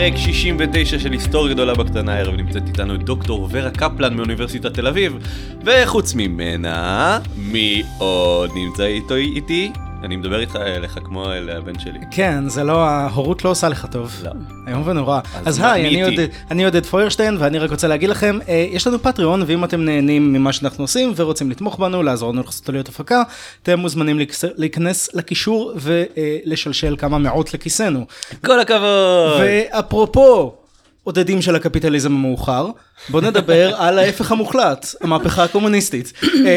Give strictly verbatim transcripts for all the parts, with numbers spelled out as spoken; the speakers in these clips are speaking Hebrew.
פרק שישים ותשע של היסטוריה גדולה בקטנה. הערב נמצאת איתנו דוקטור ורה קפלן מאוניברסיטת תל אביב, וחוץ ממנה, מי עוד נמצא איתו איתי? אני מדבר איתך אליך כמו אל הבן שלי. כן, זה לא, ההורות לא עושה לך טוב. לא. היום ונורא. אז היי, אני עודד, אני עודד פוירשטיין, ואני רק רוצה להגיד לכם, יש לנו פטריון, ואם אתם נהנים ממה שאנחנו עושים, ורוצים לתמוך בנו, לעזור לנו לחסות עליות הפקה, אתם מוזמנים להיכנס לקישור, ולשלשל כמה מאות לכיסנו. כל הכבוד! ואפרופו עודדים של הקפיטליזם המאוחר, בוא נדבר על ההפך המוחלט, המהפכה הקומוניסטית.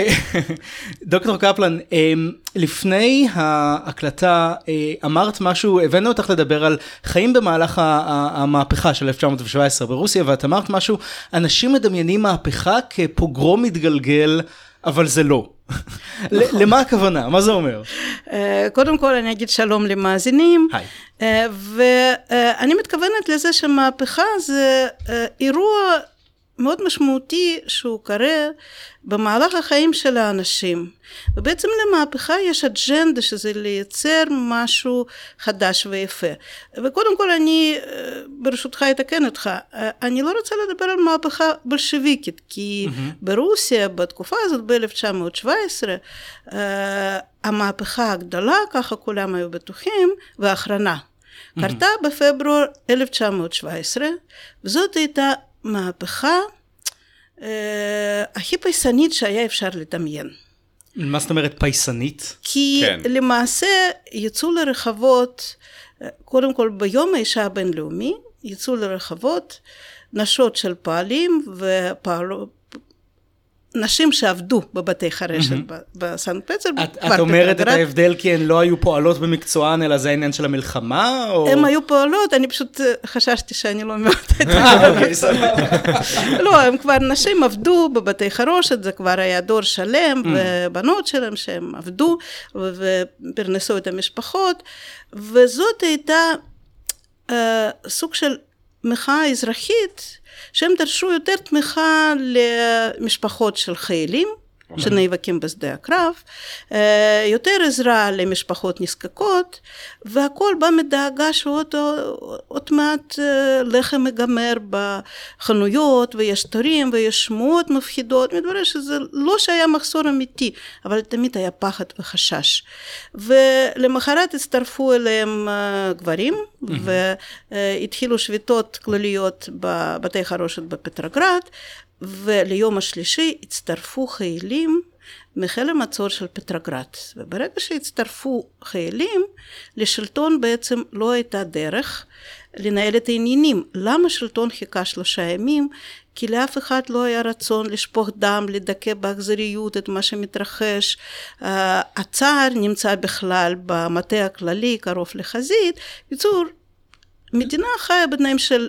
דוקטור קפלן, לפני ההקלטה אמרת משהו, הבאנו אותך לדבר על חיים במהלך המהפכה של אלף תשע מאות שבע עשרה ברוסיה, ואת אמרת משהו, אנשים מדמיינים מהפכה כפוגרום מתגלגל, אבל זה לא. למה הכוונה? מה זה אומר? קודם כל אני אגיד שלום למאזינים. היי. ואני מתכוונת לזה שמהפכה זה אירוע מאוד משמעותי שהוא קורה במהלך החיים של האנשים. ובעצם למהפכה יש אג'נדה שזה לייצר משהו חדש ויפה. וקודם כל אני, ברשותך אתקן אותך, אני לא רוצה לדבר על מהפכה בולשביקית, כי mm-hmm. ברוסיה בתקופה הזאת ב-אלף תשע מאות שבע עשרה, המהפכה הגדולה, ככה כולם היו בטוחים, והאחרונה, mm-hmm. קרתה בפברואר אלף תשע מאות שבע עשרה, וזאת הייתה מהפכה אה, הכי פייסנית שהיה אפשר לדמיין. מה זאת אומרת פייסנית? כי כן. למעשה יצאו לרחבות, קודם כל ביום האישה הבינלאומי, יצאו לרחבות נשות של פעלים ופעלו, נשים שעבדו בבתי חרשת mm-hmm. בסנט פטרבורג. את, את אומרת את ההבדל כי הן לא היו פועלות במקצוען, אלא זה העניין של המלחמה? או... הן היו פועלות, אני פשוט חששתי שאני לא מאוד את זה. אוקיי, סבבה. לא, הם כבר נשים עבדו בבתי חרושת, זה כבר היה דור שלם, ובנות שלהם שהם עבדו, ופרנסו את המשפחות, וזאת הייתה אה, סוג של מחאה אזרחית, שהם דרשו יותר תמיכה למשפחות של חיילים, שנאבקים בשדה הקרב, יותר עזרה למשפחות נזקקות, והכל בא מדאגה שעוד עוד מעט לחם מגמר בחנויות, ויש תורים, ויש שמועות מפחידות, מתברר שזה לא שהיה מחסור אמיתי, אבל תמיד היה פחד וחשש. ולמחרת הצטרפו אליהם גברים, והתחילו שביתות כלליות בבתי חרושת בפטרוגרד, וליום השלישי הצטרפו חיילים מחיל המצור של פטרוגרד. וברגע שהצטרפו חיילים, לשלטון בעצם לא הייתה דרך לנהל את העניינים. למה שלטון חיכה שלושה ימים? כי לאף אחד לא היה רצון לשפוך דם, לדכא באכזריות את מה שמתרחש. הצער נמצא בכלל במטה הכללי, קרוב לחזית. בקיצור, מדינה חיה בתנאים של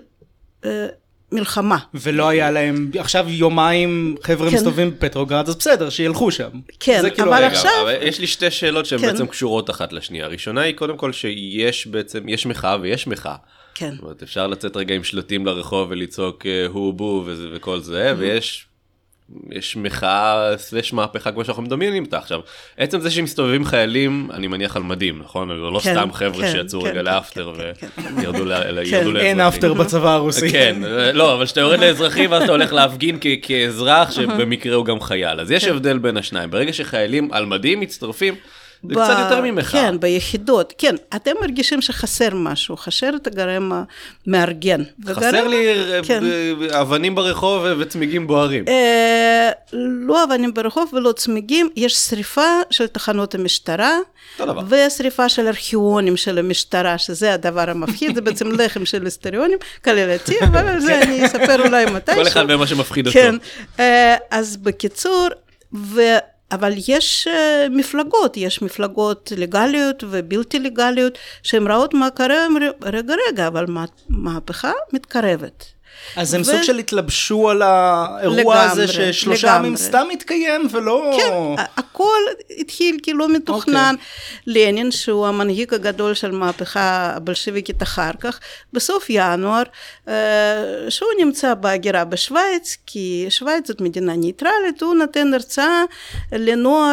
מלחמה. ולא היה להם, עכשיו יומיים חבר'ה כן. מסתובבים בפטרוגרד, אז בסדר, שילכו שם. כן, כאילו אבל רגע, עכשיו... אבל יש לי שתי שאלות שהן כן. בעצם קשורות אחת לשנייה. הראשונה היא קודם כל שיש בעצם, יש מחאה ויש מחאה. כן. זאת אומרת, אפשר לצאת רגע עם שלטים לרחוב ולצעוק הו בו וכל זה, ויש יש מחאה סלש מהפכה כמו שאנחנו מדמיינים אותה. עכשיו, עצם זה שמסתובבים חיילים, אני מניח על מדים, נכון? לא סתם חבר'ה שיצאו רגע לאפטר וירדו לאזרחים. אין אפטר בצבא הרוסי. כן, לא, אבל שאתה יורד לאזרחי ואז אתה הולך להפגין כאזרח שבמקרה הוא גם חייל. אז יש הבדל בין השניים. ברגע שחיילים על מדים מצטרפים, זה ב... קצת יותר ממחאה. כן, ביחידות. כן, אתם מרגישים שחסר משהו, חסר את הגרם המארגן. חסר וגרם... לי כן. אבנים ברחוב וצמיגים בוערים. אה, לא אבנים ברחוב ולא צמיגים, יש שריפה של תחנות המשטרה, ושריפה של ארכיונים של המשטרה, שזה הדבר המפחיד, זה בעצם לחם של היסטוריונים, כללתי, אבל על זה אני אספר אולי מתישהו. כל אחד במה שמפחיד כן. אותו. אה, אז בקיצור, ו... אבל יש uh, מפלגות, יש מפלגות לגליות ובלתי לגליות, שהן ראות מה קרה, רגע רגע, אבל מה, מהפכה מתקרבת. אז הם ו... סוג של התלבשו על האירוע לגמרי, הזה ששלושה ימים סתם התקיים ולא... כן, הכל התחיל כי לא מתוכנן. Okay. לנין, שהוא המנהיג הגדול של מהפכה הבולשביקית אחר כך, בסוף ינואר, שהוא נמצא בהגירה בשוויץ, כי שוויץ זאת מדינה ניטרלית, הוא נותן הרצאה לנוער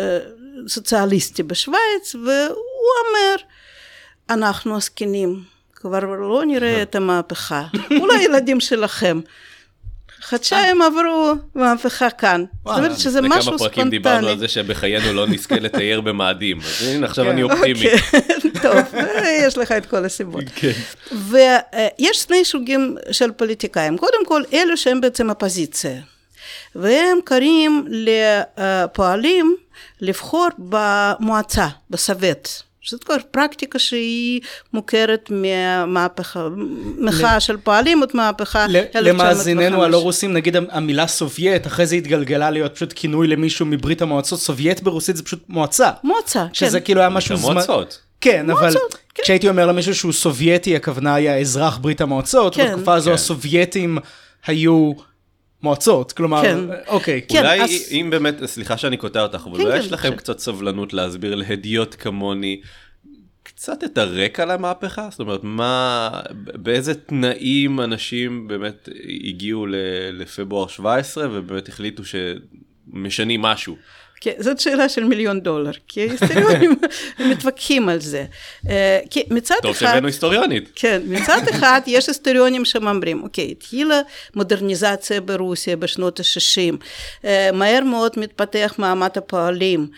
הסוציאליסטי בשוויץ, והוא אומר, אנחנו עסקנים כבר לא נראה את המהפכה. אולי ילדים שלכם. חדשיים עברו מהפכה כאן. זאת אומרת שזה משהו ספונטני. לכמה פרקים דיברנו על זה שבחיינו לא נזכה לתייר במאדים. אז הנה, עכשיו אני אופטימי. טוב, יש לך את כל הסיבות. ויש שני סוגים של פוליטיקאים. קודם כל, אלו שהם בעצם אופוזיציה. והם קוראים לפועלים לבחור במועצה, בסווט. זאת כבר פרקטיקה שהיא מוכרת מהמהפכה, מחאה של פועלים עוד מהפכה אלף תשע מאות וחמש. למאזיננו הלא רוסים, נגיד המילה סובייט, אחרי זה התגלגלה להיות פשוט כינוי למישהו מברית המועצות, סובייט ברוסית זה פשוט מועצה. מועצה, כן. שזה כאילו היה משהו זמן... מועצות. כן, אבל כשהייתי אומר למישהו שהוא סובייטי, הכוונה היה אזרח ברית המועצות, בתקופה הזו הסובייטים היו... מועצות, כלומר, אוקיי. אולי אם באמת, סליחה שאני קוטע אותך, אבל אולי יש לכם קצת סבלנות להסביר להדיוט כמוני, קצת את הרקע למהפכה? זאת אומרת, מה, באיזה תנאים אנשים באמת הגיעו לפברואר שבע עשרה, ובאמת החליטו שמשנים משהו? כן, זאת שאלה של מיליון דולר, כי היסטוריונים מתווכחים על זה. כי מצד אחד... טוב שהבאנו היסטוריונית. כן, מצד אחד יש היסטוריונים שאומרים, אוקיי, התחילה מודרניזציה ברוסיה בשנות ה-שישים, מהר מאוד מתפתח מעמד הפועלים,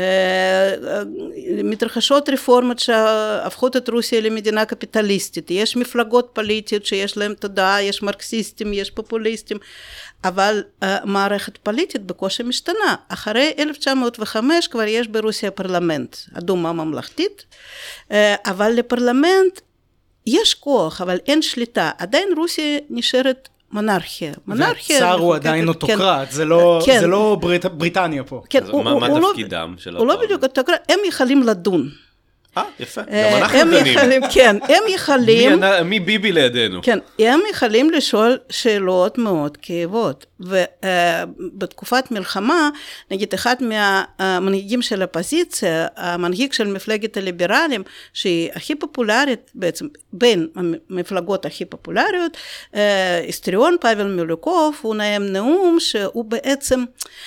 מתרחשות רפורמות שהפכות את רוסיה למדינה קפיטליסטית, יש מפלגות פוליטיות שיש להם תודעה, יש מרקסיסטים, יש פופוליסטים, אבל uh, מערכת פוליטית בקושי משתנה. אחרי אלף תשע מאות וחמש כבר יש ברוסיה פרלמנט, הדומה הממלכתית, uh, אבל לפרלמנט יש כוח, אבל אין שליטה. עדיין רוסיה נשארת מונרכיה. מונרכיה... והצאר הוא עדיין אוטוקרט, כן, זה לא, כן. זה לא ברית, בריטניה פה. כן, הוא, מה, הוא, מה הוא תפקידם לא, של הוא לא בדיוק אוטוקרט, הם יכולים לדון. אה, יפה. גם אנחנו דנים. יכולים, כן, הם יכולים... מי, מי ביבי לידינו? כן, הם יכולים לשאול שאלות מאוד כאבות. ובתקופת מלחמה, נגיד, אחד מהמנהיגים של האופוזיציה, המנהיג של מפלגת הליברלים, שהיא הכי פופולרית, בעצם בין המפלגות הכי פופולריות, היסטוריון פאבל מילוקוב, הוא נאם נאום שהוא בעצם...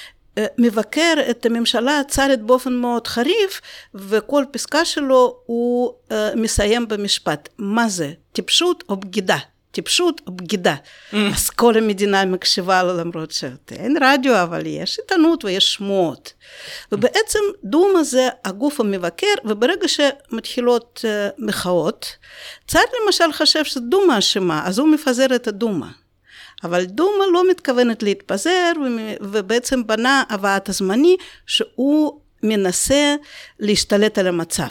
מבקר את הממשלה הצארית באופן מאוד חריף, וכל פסקה שלו הוא uh, מסיים במשפט. מה זה? טיפשות או בגידה? טיפשות או בגידה. Mm. אז כל המדינה מקשיבה לו, למרות שאין רדיו, אבל יש עיתונות ויש שמועות. ובעצם דומה זה הגוף המבקר, וברגע שמתחילות uh, מחאות, צאר למשל חשב שדומה אשמה, אז הוא מפזר את הדומה. אבל דומה לא מתכוונת להתפזר, ובעצם בנה הוועד הזמני, שהוא מנסה להשתלט על המצב.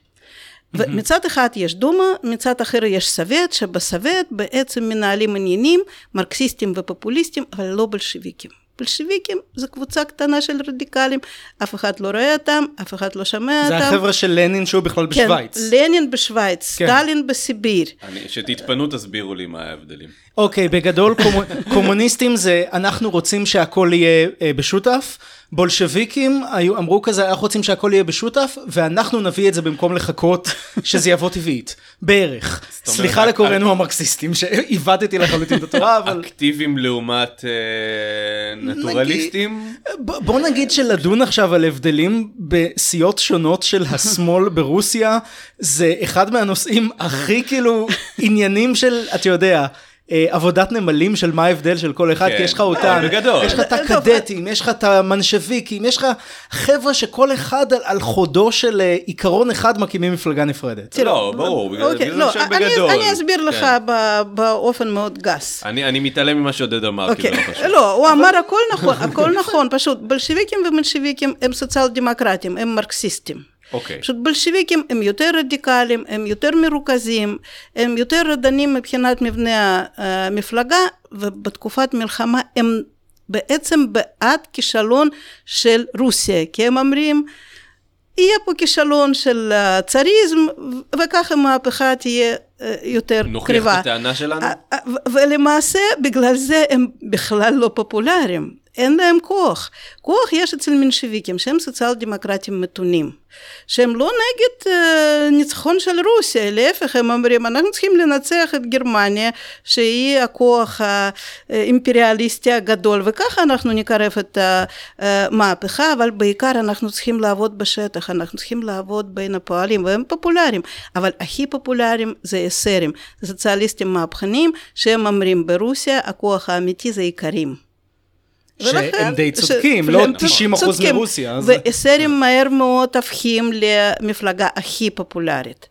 ומצד אחד יש דומה, מצד אחר יש סווט, שבסווט בעצם מנהלים עניינים, מרקסיסטים ופופוליסטים, אבל לא בלשוויקים. בלשוויקים זה קבוצה קטנה של רדיקלים, אף אחד לא רואה אותם, אף אחד לא שומע אותם. זה החבר'ה של לנין שהוא בכלל בשוויץ. כן, לנין בשוויץ, כן. סטלין בסיביר. אני, שתתפנו תסבירו לי מה ההבדלים. אוקיי, בגדול קומוניסטים זה אנחנו רוצים שהכל יהיה בשותף, בולשוויקים היו, אמרו כזה, אנחנו רוצים שהכל יהיה בשותף, ואנחנו נביא את זה במקום לחכות שזה יבוא טבעית, בערך. סליחה לקוראינו המרקסיסטים, שהיוותתי לחלוטין את התורה, אבל... אקטיביים לעומת נטורליסטים? בוא נגיד שלדון עכשיו על הבדלים בסיעות שונות של השמאל ברוסיה, זה אחד מהנושאים הכי כאילו עניינים של, אתה יודע... עבודת נמלים של מה ההבדל של כל אחד, כי יש לך אותם, יש לך את הקדטים, יש לך את המנשוויקים, יש לך חבר'ה שכל אחד על חודו של עיקרון אחד מקימים מפלגה נפרדת. לא, ברור, בגלל שם בגדול. אני אסביר לך באופן מאוד גס. אני מתעלם ממה שעודד אמר, כי זה לא חשוב. לא, הוא אמר הכל נכון, הכל נכון, פשוט בלשוויקים ומנשוויקים הם סוציאל דמוקרטים, הם מרקסיסטים. אוקיי. פשוט בלשוויקים הם יותר רדיקליים, הם יותר מרוכזים, הם יותר רדנים מבחינת מבנה המפלגה, ובתקופת מלחמה הם בעצם בעד כישלון של רוסיה, כי הם אומרים, יהיה פה כישלון של הצאריזם, וכך המהפכה תהיה יותר קריבה. נוכיח את הטענה שלנו? ולמעשה, בגלל זה הם בכלל לא פופולריים. אין להם כוח. כוח יש אצל מנשוויקים, שהם סוציאל דמוקרטים מתונים, שהם לא נגד uh, ניצחון של רוסיה, להפך, הם אומרים, אנחנו צריכים לנצח את גרמניה, שהיא הכוח האימפריאליסטי הגדול, וככה אנחנו נקרב את המהפכה, אבל בעיקר אנחנו צריכים לעבוד בשטח, אנחנו צריכים לעבוד בין הפועלים, והם פופולריים, אבל הכי פופולריים זה אסרים, סוציאליסטים מהפכניים, שהם אומרים, ברוסיה הכוח האמיתי זה עיקרים. שהם די צודקים, לא תשעים אחוז מרוסיה. ואסרים מהר מאוד הפכים למפלגה הכי פופולרית.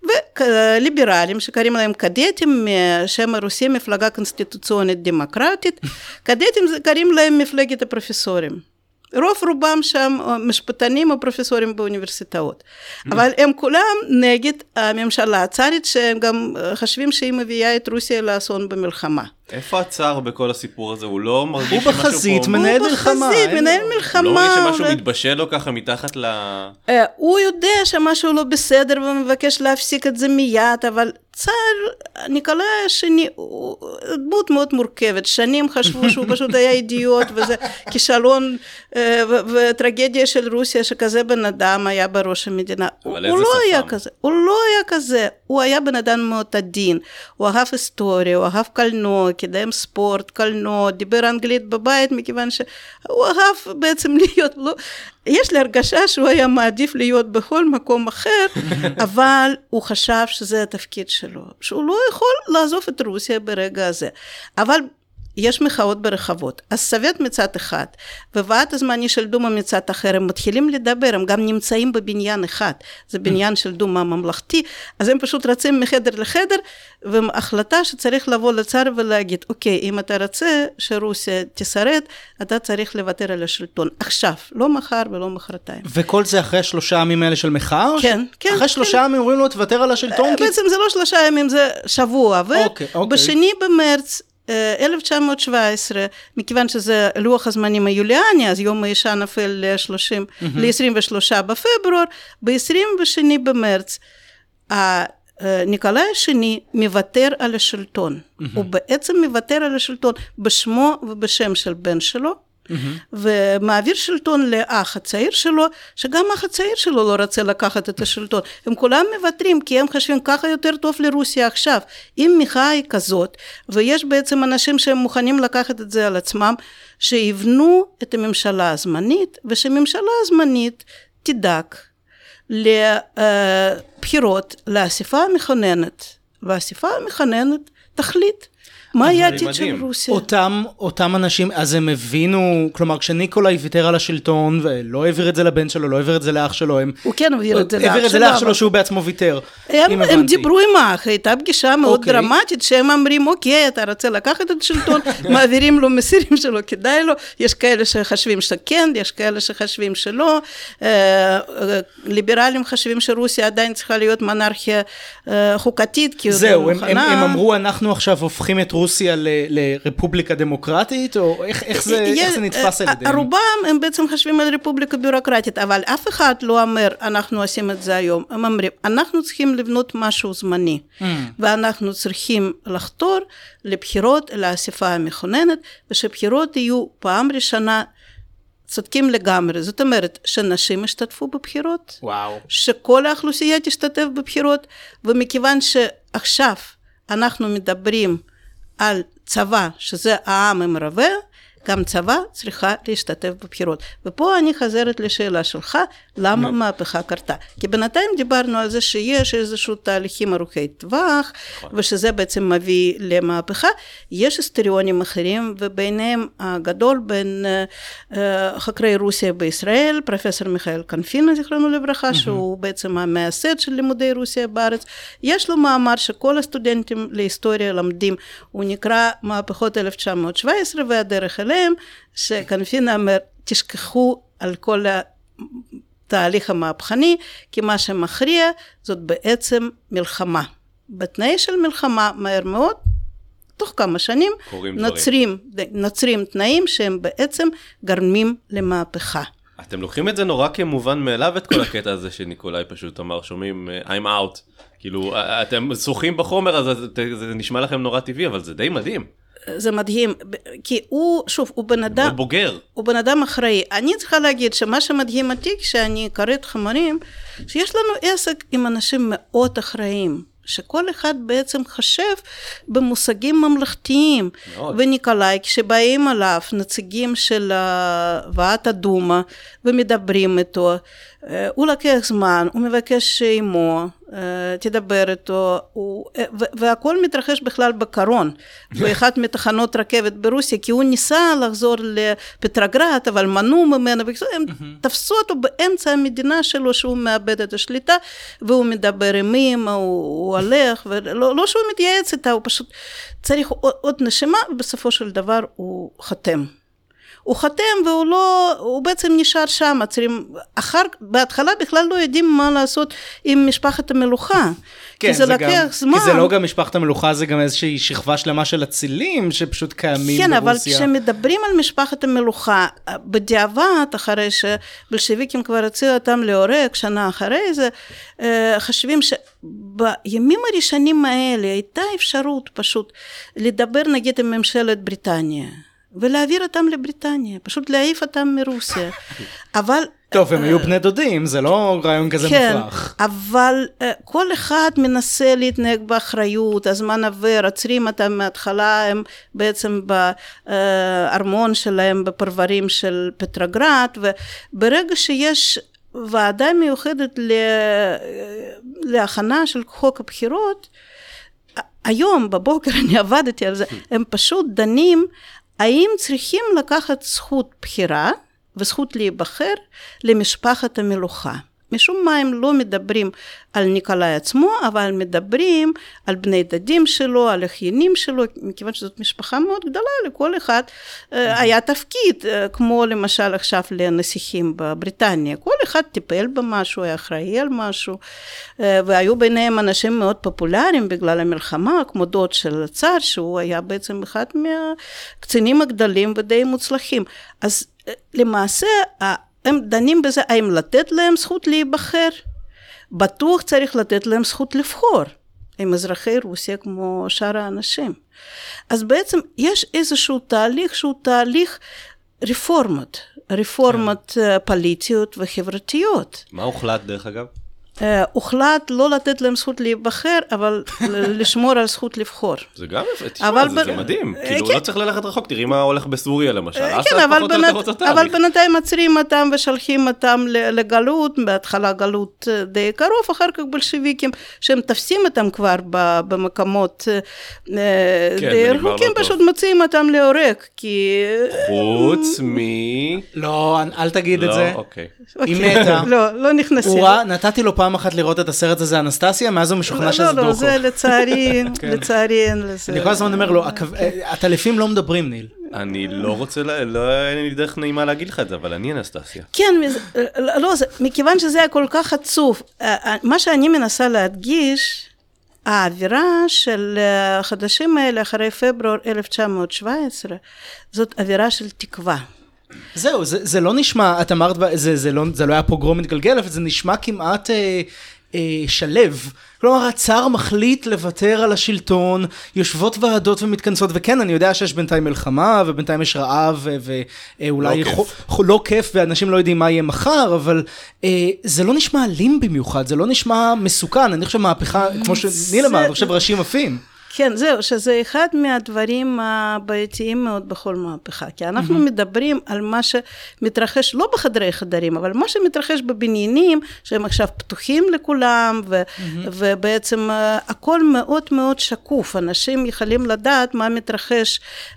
וליברלים שקוראים להם קדטים, שם הרוסים מפלגה קונסטיטוציונית דמוקרטית, קדטים קוראים להם מפלגת הפרופסורים. רוב רובם שם משפטנים או פרופסורים באוניברסיטאות. אבל הם כולם נגד הממשלה הצארית, שהם גם חושבים שהיא מביאה את רוסיה לאסון במלחמה. איפה הצאר בכל הסיפור הזה? הוא לא מרגיש הוא שמשהו פה... בחזית, מנהל מלחמה. הוא בחזית, מנהל מלחמה. הוא לא מרגיש שמשהו מתבשל לו ככה מתחת ל... הוא יודע שמשהו לא בסדר ומבקש להפסיק את זה מיד, אבל צאר, ניקולאי השני, הוא דמות מאוד מורכבת. שנים חשבו שהוא פשוט היה אידיוט, וזה כישלון וטרגדיה של רוסיה, שכזה בן אדם היה בראש המדינה. הוא לא היה כזה, הוא לא היה כזה. הוא היה בן אדם מאוד עדין. הוא אהב היסטוריה, הוא אהב קולנוע, קידם ספורט, קולנוע, דיבר אנגלית בבית, מכיוון שהוא אהב בעצם להיות, לא, יש לי הרגשה שהוא היה מעדיף להיות בכל מקום אחר, אבל הוא חשב שזה התפקיד שלו, שהוא לא יכול לעזוב את רוסיה ברגע הזה. אבל יש מחאות ברחבות. אז סובייט מצד אחד, וועד הזמני של דומה מצד אחר, הם מתחילים לדבר, הם גם נמצאים בבניין אחד, זה בניין של דומה ממלכתי, אז הם פשוט רצים מחדר לחדר, והחלטה שצריך לבוא לצאר ולהגיד, אוקיי, אם אתה רוצה שרוסיה תשרד, אתה צריך לוותר על השלטון. עכשיו, לא מחר ולא מחרתיים. וכל זה אחרי שלושה ימים האלה של מחאה? כן, כן. אחרי שלושה ימים אומרים לו, תוותר על השלטון? בעצם זה לא שלושה ימים, זה שבוע, ובשני במרץ, אלף תשע מאות שבע עשרה, מכיוון שזה לוח הזמנים היוליאני, אז יום האישה נפל ל-עשרים ושלושה בפברואר, ב-עשרים ושני במרץ, ניקולאי השני מוותר על השלטון. הוא בעצם מוותר על השלטון בשמו ובשם של בן שלו, ומעביר שלטון לאח הצעיר שלו, שגם אח הצעיר שלו לא רוצה לקחת את השלטון. הם כולם מוותרים, כי הם חושבים ככה יותר טוב לרוסיה עכשיו. אם מחאה היא כזאת, ויש בעצם אנשים שהם מוכנים לקחת את זה על עצמם, שיבנו את הממשלה הזמנית, ושממשלה הזמנית תדאג לבחירות, לאספה המכוננת, והאספה המכוננת תחליט. מה היה העתיד של רוסיה? אותם, אותם אנשים, אז הם הבינו, כלומר, כשניקולאי ויתר על השלטון, ולא העביר את זה לבן שלו, לא העביר את זה לאח שלו, הם... הוא כן העביר את זה לאח שלו. העביר את זה לאח שלו שהוא בעצמו ויתר, הם, הם דיברו עם האח, הייתה פגישה מאוד okay. דרמטית, שהם אומרים, אוקיי, אתה רוצה לקחת את השלטון, מעבירים לו מסירים שלו, כדאי לו, יש כאלה שחשבים שכן, יש כאלה שחשבים שלא, ליברלים חשבים שרוסיה עדיין צריכה להיות מונרכיה חוקתית, כי זהו, הם, הם, הם אמרו, אנחנו עכשיו הופכים את רוסיה לרפובליקה דמוקרטית, או איך, איך, זה, איך זה נתפס על ידיהם? הרובם הם בעצם חושבים על רפובליקה ביורוקרטית, אבל אף אחד לא אומר, אנחנו עושים את זה היום. הם אומרים, אנחנו צריכים לבנות משהו זמני, mm. ואנחנו צריכים לחתור לבחירות, לאספה המכוננת, ושבחירות יהיו פעם ראשונה צודקים לגמרי. זאת אומרת, שנשים השתתפו בבחירות, וואו. שכל האוכלוסייה תשתתף בבחירות, ומכיוון שעכשיו אנחנו מדברים על צבא, שזה העם המרווה, גם צבא צריכה להשתתף בבחירות. ופה אני חזרת לשאלה שלך, למה מהפכה קרתה? כי בינתיים דיברנו על זה שיש איזשהו תהליכים ארוכי טווח, ושזה בעצם מביא למהפכה. יש היסטוריונים אחרים, וביניהם הגדול בין uh, חקרי רוסיה בישראל, פרופסור מיכאל קונפינו, זיכרונו לברכה, שהוא בעצם המייסד של לימודי רוסיה בארץ. יש לו מאמר שכל הסטודנטים להיסטוריה למדים, הוא נקרא מהפכות אלף תשע מאות שבע עשרה והדרך אליהם, שקונפינו אומר, תשכחו על כל התהליך המהפכני, כי מה שמכריע זאת בעצם מלחמה. בתנאי של מלחמה, מהר מאוד, תוך כמה שנים, נוצרים, נוצרים תנאים שהם בעצם גרמים למהפכה. אתם לוקחים את זה נורא כמובן מאליו, את כל הקטע הזה שניקולאי פשוט אמר, שומעים, I'm out. כאילו, אתם שוחים בחומר, אז זה נשמע לכם נורא טבעי, אבל זה די מדהים. זה מדהים, כי הוא, שוב, הוא בן אדם... הוא בוגר. הוא בן אדם אחראי. אני צריכה להגיד שמה שמדהים אותי כשאני קוראת חומרים, שיש לנו עסק עם אנשים מאוד אחראיים. שכל אחד בעצם חשב במושגים ממלכתיים. מאוד. וניקולאי, כשבאים עליו נציגים של ועד הדומה ומדברים איתו, הוא לקח זמן, הוא מבקש עמו, תדבר איתו, הוא, והכל מתרחש בכלל בקרון, באחת מתחנות רכבת ברוסיה, כי הוא ניסה לחזור לפטרגרד, אבל מנעו ממנו, הם תפסו אותו באמצע המדינה שלו, שהוא מאבד את השליטה, והוא מדבר עם אמא, הוא, הוא הולך, ולא לא שהוא מתייעץ איתה, הוא פשוט צריך עוד, עוד נשימה, ובסופו של דבר הוא חתם. הוא חתם והוא לא, הוא בעצם נשאר שם, עצרים, אחר, בהתחלה בכלל לא יודעים מה לעשות עם משפחת המלוכה, כן, כי זה, זה לקח גם, זמן. כי זה לא גם משפחת המלוכה, זה גם איזושהי שכבה שלמה של הצילים, שפשוט קיימים כן, ברוסיה. אבל כשמדברים על משפחת המלוכה, בדיעבד, אחרי שבלשוויקים כבר הציעו אותם להורג, שנה אחרי זה, חשבים שבימים הראשונים האלה, הייתה אפשרות פשוט לדבר נגיד עם ממשלת בריטניה, ולהעביר אותם לבריטניה, פשוט להעיף אותם מרוסיה. אבל... טוב, הם היו בני דודים, זה לא רעיון כזה מופרך. כן, אבל כל אחד מנסה להתנהג באחריות, הזמן עבר, עוצרים אותם מההתחלה, הם בעצם בארמון שלהם, בפרברים של פטרגרד, וברגע שיש ועדה מיוחדת להכנה של חוק הבחירות, היום בבוקר אני עבדתי על זה, הם פשוט דנים, האם צריכים לקחת זכות בחירה וזכות להיבחר למשפחת המלוכה. משום מה הם לא מדברים על ניקולאי עצמו, אבל מדברים על בני דודים שלו, על אחיינים שלו, מכיוון שזאת משפחה מאוד גדולה, לכל אחד היה תפקיד, כמו למשל עכשיו לנסיכים בבריטניה, כל אחד טיפל במשהו, היה אחראי על משהו, והיו ביניהם אנשים מאוד פופולריים בגלל המלחמה, כמו דוד של הצאר, שהוא היה בעצם אחד מהקצינים הגדולים ודי מוצלחים. אז למעשה, הם דנים בזה, האם לתת להם זכות להיבחר? בטוח צריך לתת להם זכות לבחור, עם אזרחי רוסיה כמו שאר האנשים. אז בעצם יש איזשהו תהליך שהוא תהליך רפורמות, רפורמות כן. פוליטיות וחברתיות. מה הוחלט דרך אגב? Uh, הוחלט לא לתת להם זכות להיבחר, אבל לשמור על זכות לבחור. זה גם יפה, תשמע, זה, ב... זה מדהים. Uh, כאילו, כן. לא צריך ללכת רחוק, תראי מה הולך בסוריה למשל. Uh, כן, אבל, בנת... אבל בינתיים מצרים אותם ושלחים אותם לגלות, בהתחלה גלות די קרוב, אחר כך בלשוויקים, שהם תפסים אותם כבר במקומות uh, כן, די רחוקים, לא פשוט מציעים אותם להורג, כי... חוץ מ... לא, אל תגיד לא, את זה. אוקיי. היא מתה. לא, לא נכנסים. נתתי לו פעם אחת לראות את הסרט הזה, אנסטסיה, מאז הוא משוכנע שזה דוקו. לא, לא, זה לצערי, לצערי אין לזה. אני כל הזמן אומר לו, הטלפים לא מדברים, ניל. אני לא רוצה, לא אין לי דרך נעימה להגיד לך את זה, אבל אני אנסטסיה. כן, לא, מכיוון שזה היה כל כך עצוב, מה שאני מנסה להדגיש, האווירה של החדשים האלה אחרי פברואר אלף תשע מאות שבע עשרה, זאת אווירה של תקווה. זהו, זה, זה לא נשמע, את אמרת, זה, זה, לא, זה לא היה פוגרום מתגלגל, אבל זה נשמע כמעט אה, אה, שלב. כלומר, הצאר מחליט לוותר על השלטון, יושבות ועדות ומתכנסות, וכן, אני יודע שיש בינתיים מלחמה, ובינתיים יש רעב, ואולי לא, חו, לא כיף, ואנשים לא יודעים מה יהיה מחר, אבל אה, זה לא נשמע אלים במיוחד, זה לא נשמע מסוכן, אני חושב מהפכה, כמו שניל אמר, אני חושב ראשים עפים. כן, זהו, שזה אחד מהדברים הבעייתיים מאוד בכל מהפכה, כי אנחנו mm-hmm. מדברים על מה שמתרחש, לא בחדרי חדרים, אבל מה שמתרחש בבניינים, שהם עכשיו פתוחים לכולם, ו- mm-hmm. ובעצם הכל מאוד מאוד שקוף, אנשים יכולים לדעת מה מתרחש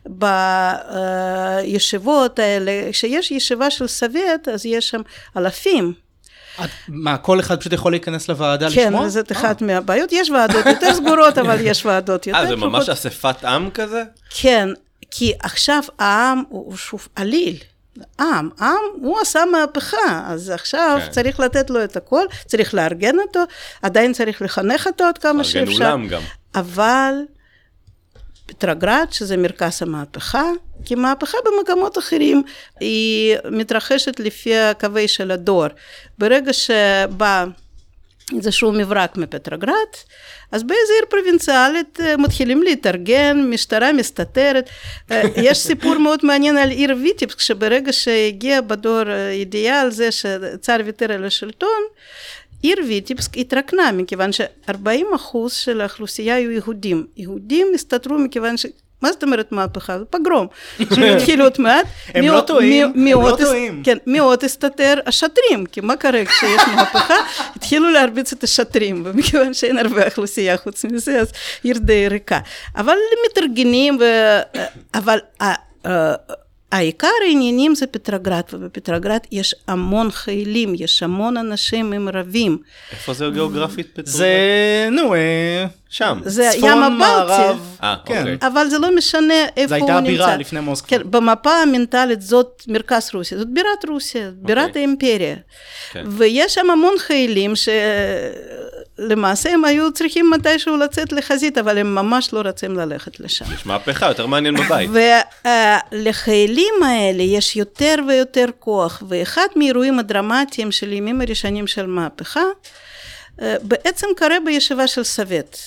בישיבות האלה, כשיש ישיבה של סובייט, אז יש שם אלפים, מה, כל אחד פשוט יכול להיכנס לוועדה לשמוע? כן, זאת אחת מהבעיות. יש ועדות יותר סגורות, אבל יש ועדות יותר... אה, זה ממש אספת עם כזה? כן, כי עכשיו העם הוא שוב עליל. עם, עם, הוא עשה מהפכה, אז עכשיו צריך לתת לו את הכל, צריך לארגן אותו, עדיין צריך לחנך אותו עוד כמה שאפשר. לארגן אולם גם. אבל... פטרגרד, שזה מרכז המהפכה, כי מהפכה במקומות אחרים, היא מתרחשת לפי הקווי של הדור. ברגע שבא איזשהו מברק מפטרוגרד, אז באיזו עיר פרובינציאלית מתחילים להתארגן, משטרה מסתתרת. יש סיפור מאוד מעניין על עיר ויטיבסק, שברגע שהגיע בדור ידיעה על זה שצאר ויתר על השלטון, עיר ויטיבסק התרקנה, מכיוון ש-ארבעים אחוז של האוכלוסייה היו יהודים. יהודים הסתתרו מכיוון ש... מה זאת אומרת מהפכה? זה פגרום. שהתחילו עוד מעט. הם לא טועים, הם לא טועים. כן, מאוד הסתתר השוטרים, כי מה קרה כשיש מהפכה? התחילו להרביץ את השוטרים, ומכיוון שאין הרבה אוכלוסייה חוץ מזה, אז עיר די ריקה. אבל מתארגנים, אבל העיקר העניינים זה פטרוגרד, ובפטרוגרד יש המון חיילים, יש המון אנשים עם רבים. איפה זה גיאוגרפית פטרוגרד? זה, נו, שם. זה ים הבלטי. אה, אוקיי. אבל זה לא משנה איפה הוא נמצא. זה הייתה הבירה לפני מוסקבה. כן, במפה המנטלית זאת מרכז רוסיה, זאת בירת רוסיה, בירת האימפריה. ויש שם המון חיילים שלמעשה הם היו צריכים מתישהו לצאת לחזית, אבל הם ממש לא רצים ללכת לשם. יש מהפכה, יותר מעניין בבית. ולחיילים האלה יש יותר ויותר כוח, ואחד מאירועים הדרמטיים של ימים הראשונים של מהפכה, בעצם קרה בישיבה של סובייט.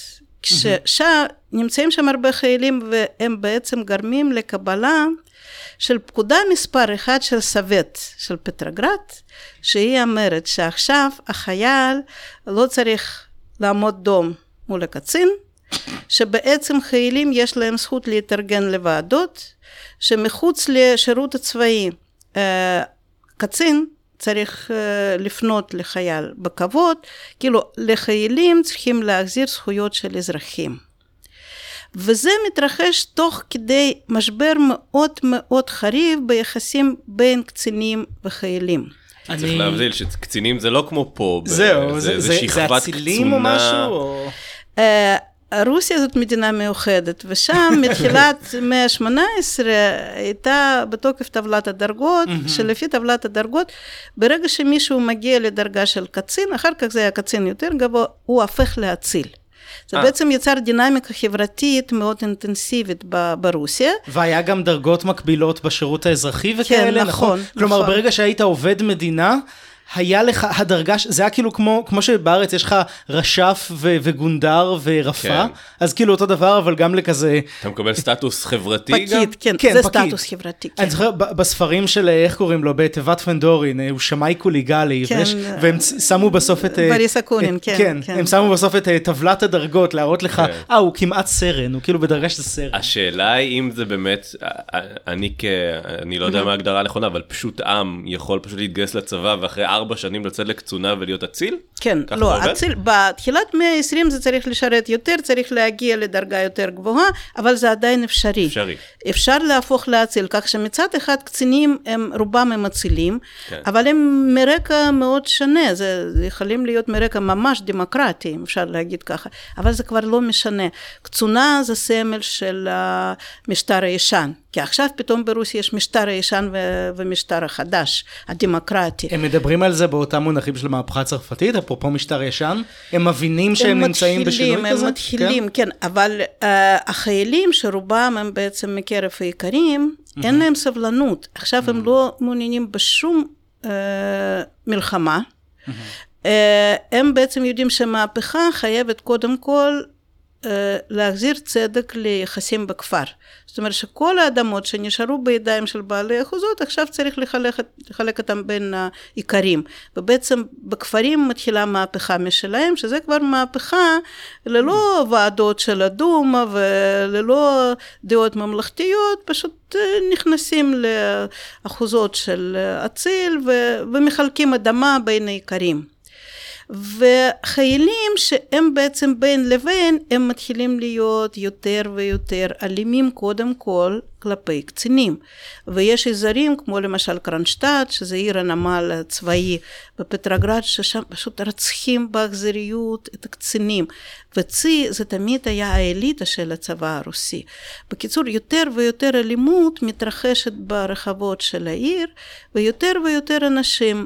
כשנמצאים שם הרבה חיילים, והם בעצם גרמים לקבלה של פקודה מספר אחד של סובייט, של פטרוגרד, שהיא אומרת שעכשיו החייל לא צריך לעמוד דום מול הקצין, שבעצם חיילים יש להם זכות להתארגן לוועדות, שמחוץ לשירות הצבאי, קצין צריך לפנות לחייל בכבוד, כאילו לחיילים צריכים להחזיר זכויות של אזרחים. וזה מתרחש תוך כדי משבר מאוד מאוד חריף ביחסים בין קצינים וחיילים. אני... צריך להבדיל שקצינים זה לא כמו פה, זהו, ב... זה, זה, זה, זה שכבת זה הצילים או משהו? או... Uh, רוסיה זאת מדינה מיוחדת, ושם מתחילת המאה ה-שמונה עשרה הייתה בתוקף טבלת הדרגות, שלפי טבלת הדרגות, ברגע שמישהו מגיע לדרגה של קצין, אחר כך זה היה קצין יותר גבוה, הוא הפך להציל. זה בעצם יצר דינמיקה חברתית מאוד אינטנסיבית ברוסיה. והיה גם דרגות מקבילות בשירות האזרחי וכאלה, כן, נכון. כלומר, ברגע שהיית עובד מדינה, היה לך הדרגה, זה היה כאילו כמו, כמו שבארץ יש לך רשף ו- וגונדר ורפה, כן. אז כאילו אותו דבר, אבל גם לכזה... אתה מקבל סטטוס חברתי פקיד, גם? כן, כן, זה פקיד. סטטוס חברתי, כן. אני זוכר, בספרים של, איך קוראים לו, בתיבת פנדורין, הוא שמאי קוליגלי, כן. ויש, והם שמו בסוף את... בריס אקונין, את, כן, כן, כן. הם שמו בסוף את טבלת הדרגות, להראות לך, כן. אה, הוא כמעט סרן, הוא כאילו בדרגה של סרן. השאלה היא אם זה באמת, אני כ... אני לא יודע מה ההגדרה הנכונה, אבל פשוט עם יכול פשוט להתגייס לצבא, ואחרי ארבע שנים לצאת לקצונה ולהיות אציל? כן, לא, אציל, בתחילת מאה ועשרים זה צריך לשרת יותר, צריך להגיע לדרגה יותר גבוהה, אבל זה עדיין אפשרי. אפשרי. אפשר להפוך להציל, כך שמצד אחד קצינים הם רובם הם אצילים, כן. אבל הם מרקע מאוד שונה, זה, זה יכולים להיות מרקע ממש דמוקרטי, אפשר להגיד ככה, אבל זה כבר לא משנה. קצונה זה סמל של המשטר הישן, כי עכשיו פתאום ברוסיה יש משטר הישן ו- ומשטר החדש, הדמוקרטי. הם מדברים על זה באותם מונחים של המהפכה הצרפתית, אפרופו משטר ישן? הם מבינים שהם נמצאים בשינוי הם כזה? הם מתחילים, כן, כן אבל uh, החיילים שרובם הם בעצם מקרב העיקרים, mm-hmm. אין להם סבלנות. עכשיו mm-hmm. הם לא מעוניינים בשום uh, מלחמה. Mm-hmm. Uh, הם בעצם יודעים שהמהפכה חייבת קודם כל, להחזיר צדק ליחסים בכפר. זאת אומרת שכל האדמות שנשארו בידיים של בעלי אחוזות, עכשיו צריך לחלק, לחלק אותם בין העיקרים. ובעצם בכפרים מתחילה מהפכה משלהם, שזה כבר מהפכה ללא ועדות של הדומה וללא דעות ממלכתיות, פשוט נכנסים לאחוזות של אציל ומחלקים אדמה בין העיקרים. וחיילים שהם בעצם בין לבין, הם מתחילים להיות יותר ויותר אלימים קודם כל כלפי קצינים. ויש אזורים כמו למשל קרונשטאט, שזה עיר הנמל הצבאי בפטרוגרד, ששם פשוט רצחים באכזריות את הקצינים. וצי זה תמיד היה האליטה של הצבא הרוסי. בקיצור, יותר ויותר אלימות מתרחשת ברחבות של העיר, ויותר ויותר אנשים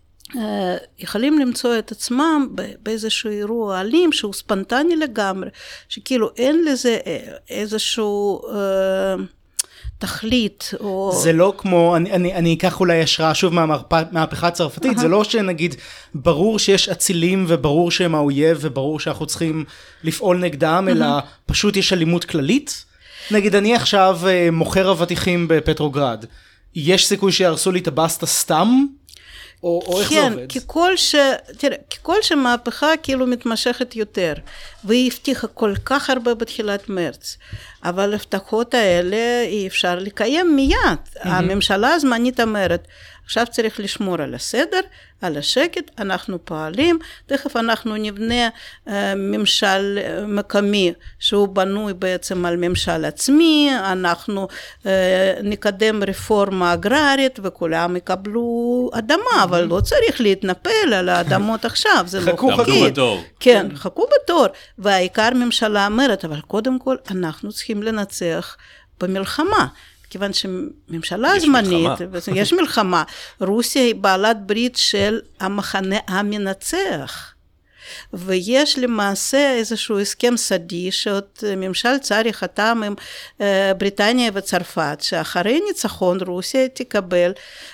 יכולים למצוא את עצמם באיזשהו אירוע אלים שהוא ספונטני לגמרי, שכאילו אין לזה איזשהו תכלית. או... זה לא כמו, אני, אני, אני אקח אולי השראה שוב מהמהפכה הצרפתית, uh-huh. זה לא שנגיד, ברור שיש אצילים וברור שהם האויב וברור שאנחנו צריכים לפעול נגדם, uh-huh. אלא פשוט יש אלימות כללית. נגיד, אני עכשיו מוכר אבטיחים בפטרוגרד, יש סיכוי שיהרסו לי את הבסטה סתם? או, או איך כן, זה עובד? ככל ש... תראה, ככל שמהפכה כאילו מתמשכת יותר, והיא הבטיחה כל כך הרבה בתחילת מרץ, אבל הבטחות האלה אי אפשר לקיים מיד. Mm-hmm. הממשלה הזמנית אומרת, עכשיו צריך לשמור על הסדר, על השקט, אנחנו פועלים, תכף אנחנו נבנה אה, ממשל מקומי שהוא בנוי בעצם על ממשל עצמי, אנחנו אה, נקדם רפורמה אגררית וכולם יקבלו אדמה, אבל לא צריך להתנפל על האדמות עכשיו, זה לא חוקי. חכו בתור. כן, חכו בתור, והעיקר ממשלה אומרת, אבל קודם כל אנחנו צריכים לנצח במלחמה. כיוון שממשלה זמנית, יש מלחמה, רוסיה היא בעלת ברית של המחנה המנצח, ויש למעשה איזשהו הסכם סודי שעוד ממשל צארי חתם עם בריטניה וצרפת, שאחרי ניצחון רוסיה תקבל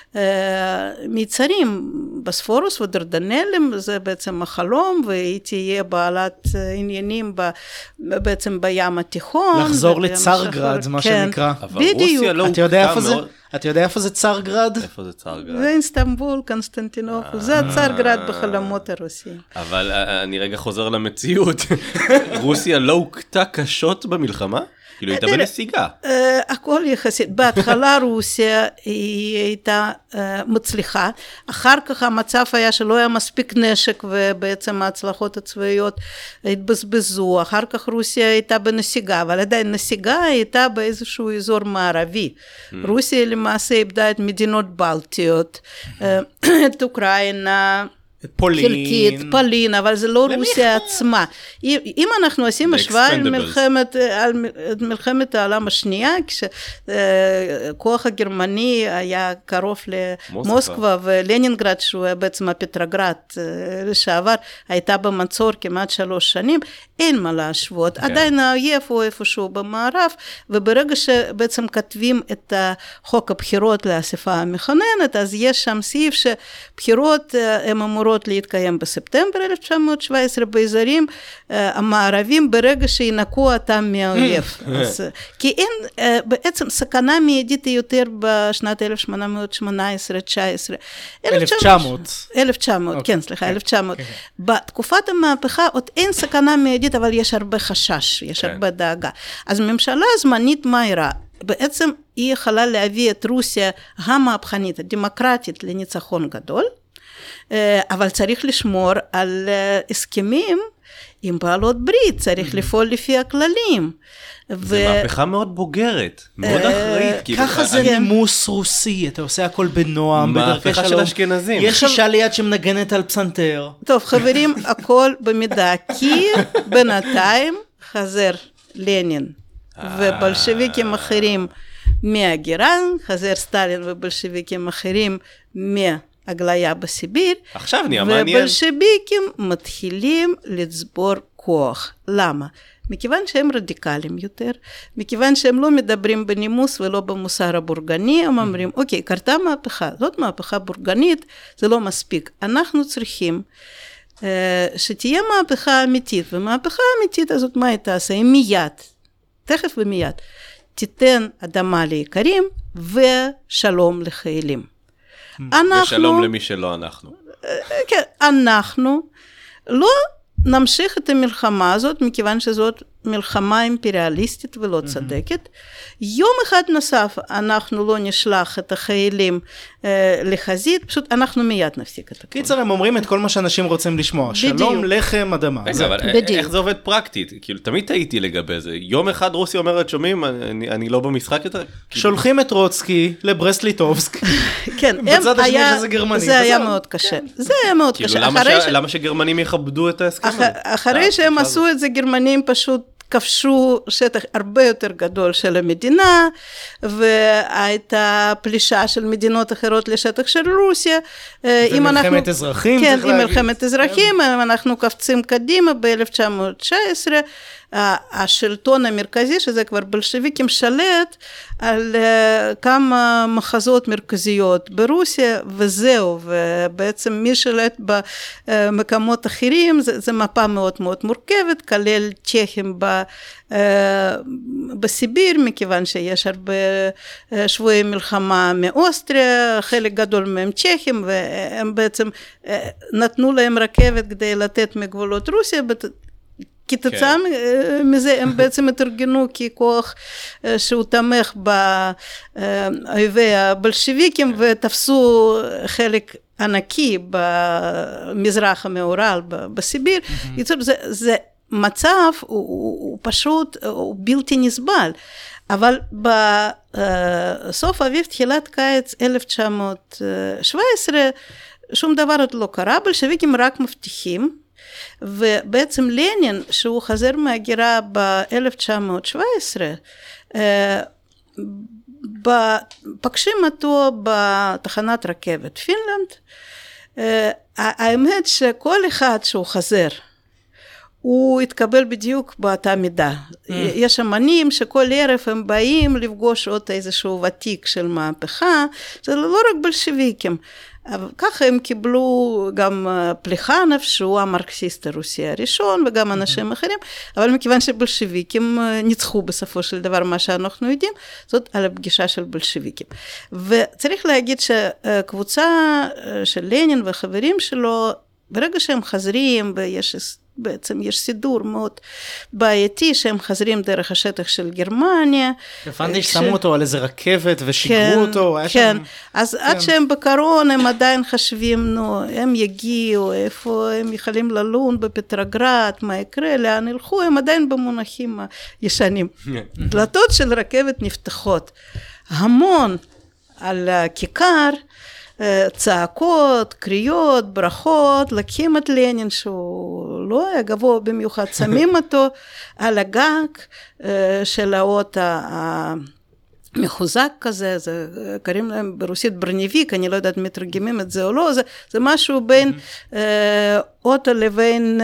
מיצרים בספורוס ודרדנלים, זה בעצם החלום, והיא תהיה בעלת עניינים ב, בעצם בים התיכון. לחזור לצארגרד, זה מה כן, שנקרא. אבל רוסיה לא אתה יודע איפה מאוד... זה? אתה יודע איפה זה צארגרד? איפה זה צארגרד? זה איסטנבול, קונסטנטינופול, זה הצארגרד בחלומות הרוסיים. אבל אני רגע חוזר למציאות. רוסיה לא הוכתה קשות במלחמה? כאילו הייתה בנסיגה. הכל יחסית. בהתחלה רוסיה היא הייתה מצליחה, אחר כך המצב היה שלא היה מספיק נשק ובעצם ההצלחות הצבאיות התבזבזו, אחר כך רוסיה הייתה בנסיגה, אבל עדיין נסיגה הייתה באיזשהו אזור מערבי. רוסיה למעשה איבדה את מדינות בלטיות, את אוקראינה, פולין. חלקית, פולין, אבל זה לא רוסיה עצמה. אם אנחנו עושים השוואה עם מלחמת, מלחמת העולם השנייה, כשכוח הגרמני היה קרוב למוסקבה, ולנינגרד, שהוא היה בעצם הפטרוגרד לשעבר, הייתה במצור כמעט שלוש שנים, אין מה להשוות. עדיין האויב הוא איפשהו במערב, וברגע שבעצם כתבים את חוק הבחירות לאספה המכוננת, אז יש שם סעיף שבחירות הן אמורות להתקיים בספטמבר אלף תשע מאות שבע עשרה באזורים המערבים, ברגע שינקו אותם מהאויב. כי אין בעצם סכנה מיידית יותר בשנת אלף שמונה מאות שמונה עשרה תשע עשרה. אלף תשע מאות. אלף תשע מאות, כן, סליחה, אלף תשע מאות. בתקופת המהפכה עוד אין סכנה מיידית, אבל יש הרבה חשש, יש הרבה דאגה. אז ממשלה זמנית מהירה, בעצם היא יכולה להביא את רוסיה המהפכנית, הדמוקרטית, לניצחון גדול, אבל צריך לשמור על הסכמים עם בעלות ברית, צריך לפעול לפי הכללים. זה מהפכה מאוד בוגרת, מאוד אחראית. ככה זה נימוס רוסי, אתה עושה הכל בנועם, בדרכי שלום. מהפכה של אשכנזים. יש אישה ליד שמנגנת על פסנתר. טוב, חברים, הכל במידה, כי בינתיים חזר לנין ובולשביקים אחרים מהגירה, חזר סטלין ובולשביקים אחרים מה... הגליה בסיביר, עכשיו נהיה מעניין. ובולשביקים מתחילים לצבור כוח. למה? מכיוון שהם רדיקליים יותר, מכיוון שהם לא מדברים בנימוס ולא במוסר הבורגני, הם אומרים, אוקיי, קרתה מהפכה, זאת מהפכה בורגנית, זה לא מספיק. אנחנו צריכים שתהיה מהפכה אמיתית, ומהפכה אמיתית הזאת מה היא תעשה? היא מיד, תכף ומיד, תיתן אדמה ליקרים ושלום לחיילים. אנחנו, ושלום למי שלא אנחנו. כן, אנחנו לא נמשיך את המלחמה הזאת, מכיוון שזאת מלחמה אימפריאליסטית ולא צדקת. יום אחד נוסף אנחנו לא נשלח את החיילים אה, לחזית, פשוט אנחנו מיד נפסיק את הכל. קיצר, הם אומרים את כל מה שאנשים רוצים לשמוע. בדיוק. שלום, לחם, אדמה. רגע, אבל בדיוק. איך זה עובד פרקטית? כאילו, תמיד טעיתי לגבי זה. יום אחד רוסיה אומרת, שומעים, אני, אני לא במשחק יותר? שולחים את רוצקי לברסט-ליטובסק. כן, בצד השני שזה גרמני. זה היה מאוד קשה. זה היה מאוד כאילו, קשה. למה, ש... ש... למה שגרמנים יכבדו את ההסכם? אח... אחרי שהם עשו את זה, גרמנים פשוט כבשו שטח הרבה יותר גדול של המדינה, והייתה פלישה של מדינות אחרות לשטח של רוסיה. ומלחמת אזרחים. כן, עם מלחמת אזרחים, אנחנו קפצים קדימה ב-אלף תשע מאות תשע עשרה, השלטון המרכזי, שזה כבר בולשביקים, שלט על כמה מחזות מרכזיות ברוסיה, וזהו, ובעצם מי שלט במקומות אחרים, זה, זה מפה מאוד מאוד מורכבת, כולל צ'כים ב... בסיביר, מכיוון שיש הרבה שבויי מלחמה מאוסטריה, חלק גדול מהם צ'כים, והם בעצם נתנו להם רכבת כדי לתת מגבולות רוסיה, כתוצאה מזה הם בעצם התארגנו ככוח שהוא תמך באויבי הבולשביקים, ותפסו חלק ענקי במזרח המעורל, בסיביר. זה, זה מצב הוא, הוא פשוט, הוא בלתי נסבל. אבל בסוף אביב, תחילת קיץ אלף תשע מאות שבע עשרה, שום דבר עוד לא קרה, בולשביקים רק מבטיחים, ובעצם לנין, שהוא חזר מהגירה ב-אלף תשע מאות שבע עשרה, פגשים אותו בתחנת רכבת פינלנד. האמת שכל אחד שהוא חזר, הוא התקבל בדיוק באותה מידה. Mm. יש אמנים שכל ערב הם באים לפגוש עוד איזשהו ותיק של מהפכה, זה לא רק בולשביקים. ככה הם קיבלו גם פליחנוב, שהוא המרקסיסט הרוסי הראשון, וגם אנשים mm-hmm. אחרים, אבל מכיוון שבולשביקים ניצחו בסופו של דבר מה שאנחנו יודעים, זאת על הפגישה של בולשביקים. וצריך להגיד שקבוצה של לנין וחברים שלו, ברגע שהם חזרים, ויש בעצם יש סידור מאוד בעייתי, שהם חזרים דרך השטח של גרמניה. הבנתי ששמו אותו על איזה רכבת ושיגרו אותו. כן, אז עד שהם בקרון, הם עדיין חשבים, נו, הם יגיעו, איפה הם יכולים ללון בפטרגרד, מה יקרה, לאן ילכו, הם עדיין במונחים הישנים. דלתות של רכבת נפתחות. המון על הכיכר, צעקות, קריאות, ברכות, לקים את לנין שהוא לא היה גבוה במיוחד, שמים אותו על הגג של האות המחוזק כזה, זה קוראים להם ברוסית ברניביק, אני לא יודעת מתרגמים את זה או לא, זה, זה משהו בין אוטו לבין...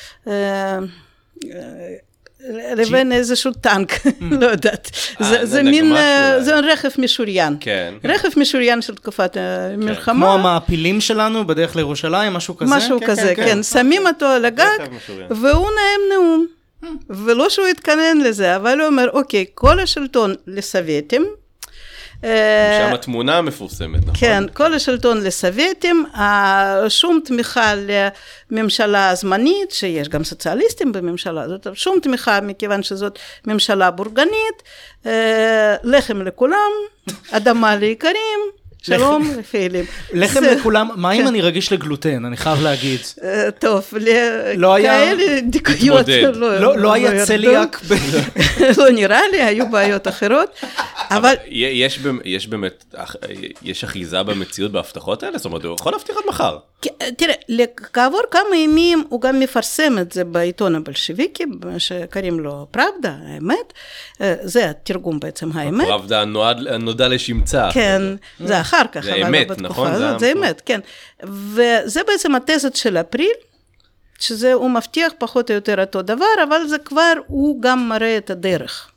לבין איזשהו טנק, לא יודעת. זה מין, זה רכב משוריין. רכב משוריין של תקופת המלחמה. כמו המעפילים שלנו בדרך לירושלים, משהו כזה? משהו כזה, כן. שמים אותו על הגג, והוא נאם נאום. ולא שהוא התכנן לזה, אבל הוא אומר, אוקיי, כל השלטון לסובייטים, שם התמונה מפורסמת, נכון? כן, כל השלטון לסובייטים, שום תמיכה לממשלה זמנית, שיש גם סוציאליסטים בממשלה הזאת, שום תמיכה מכיוון שזאת ממשלה בורגנית, לחם לכולם, אדמה לעיקרים, שלום, רפאלים. לחם לכולם, מה אם אני רגיש לגלוטן? אני חייב להגיד. טוב, כאלה דיכויות. לא היה צליאק. לא נראה לי, היו בעיות אחרות. אבל יש באמת, יש אחיזה במציאות בהבטחות האלה? זאת אומרת, הוא יכול להבטיח עד מחר. תראה, כעבור כמה ימים הוא גם מפרסם את זה בעיתון הבולשביקי, שקוראים לו פראבדה, האמת. זה התרגום בעצם, האמת. פראבדה נודע לשמצה. כן, זה אחר כך. זה אמת, נכון? זה אמת, כן. וזה בעצם התזת של אפריל, שזה הוא מבטיח פחות או יותר אותו דבר, אבל זה כבר, הוא גם מראה את הדרך.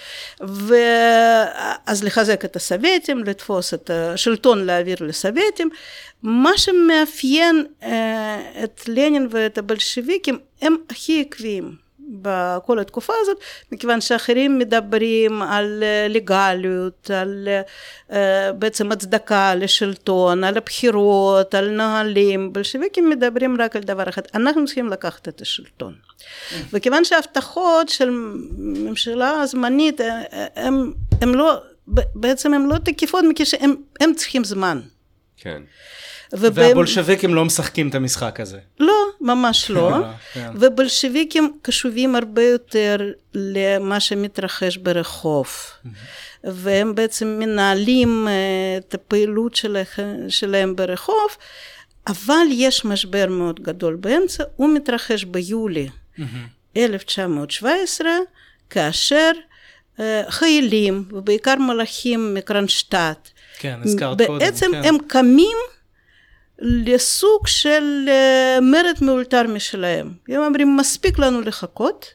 ואז לחזק את הסובייטים, לתפוס את השלטון להעביר לסובייטים. מה שמאפיין את לנין ואת הבולשביקים, הם הכי עקביים בכל התקופה הזאת, מכיוון שאחרים מדברים על לגליות, על בעצם הצדקה לשלטון, על הבחירות, על נהלים. בולשביקים מדברים רק על דבר אחד, אנחנו צריכים לקחת את השלטון. וכיוון שההבטחות של ממשלה זמנית, הם, הם לא, בעצם הם לא תקיפות, מכיוון שהם הם צריכים זמן. כן. והבולשביקים לא משחקים את המשחק הזה. לא, ממש לא. ובולשביקים קשובים הרבה יותר למה שמתרחש ברחוב. והם בעצם מנהלים את הפעילות שלהם ברחוב, אבל יש משבר מאוד גדול באמצע, הוא מתרחש ביולי אלף תשע מאות שבע עשרה, כאשר חיילים, ובעיקר מלאכים מקרנשטט, בעצם הם קמים לסוג של מרד מאולתר משלהם. הם אומרים, מספיק לנו לחכות,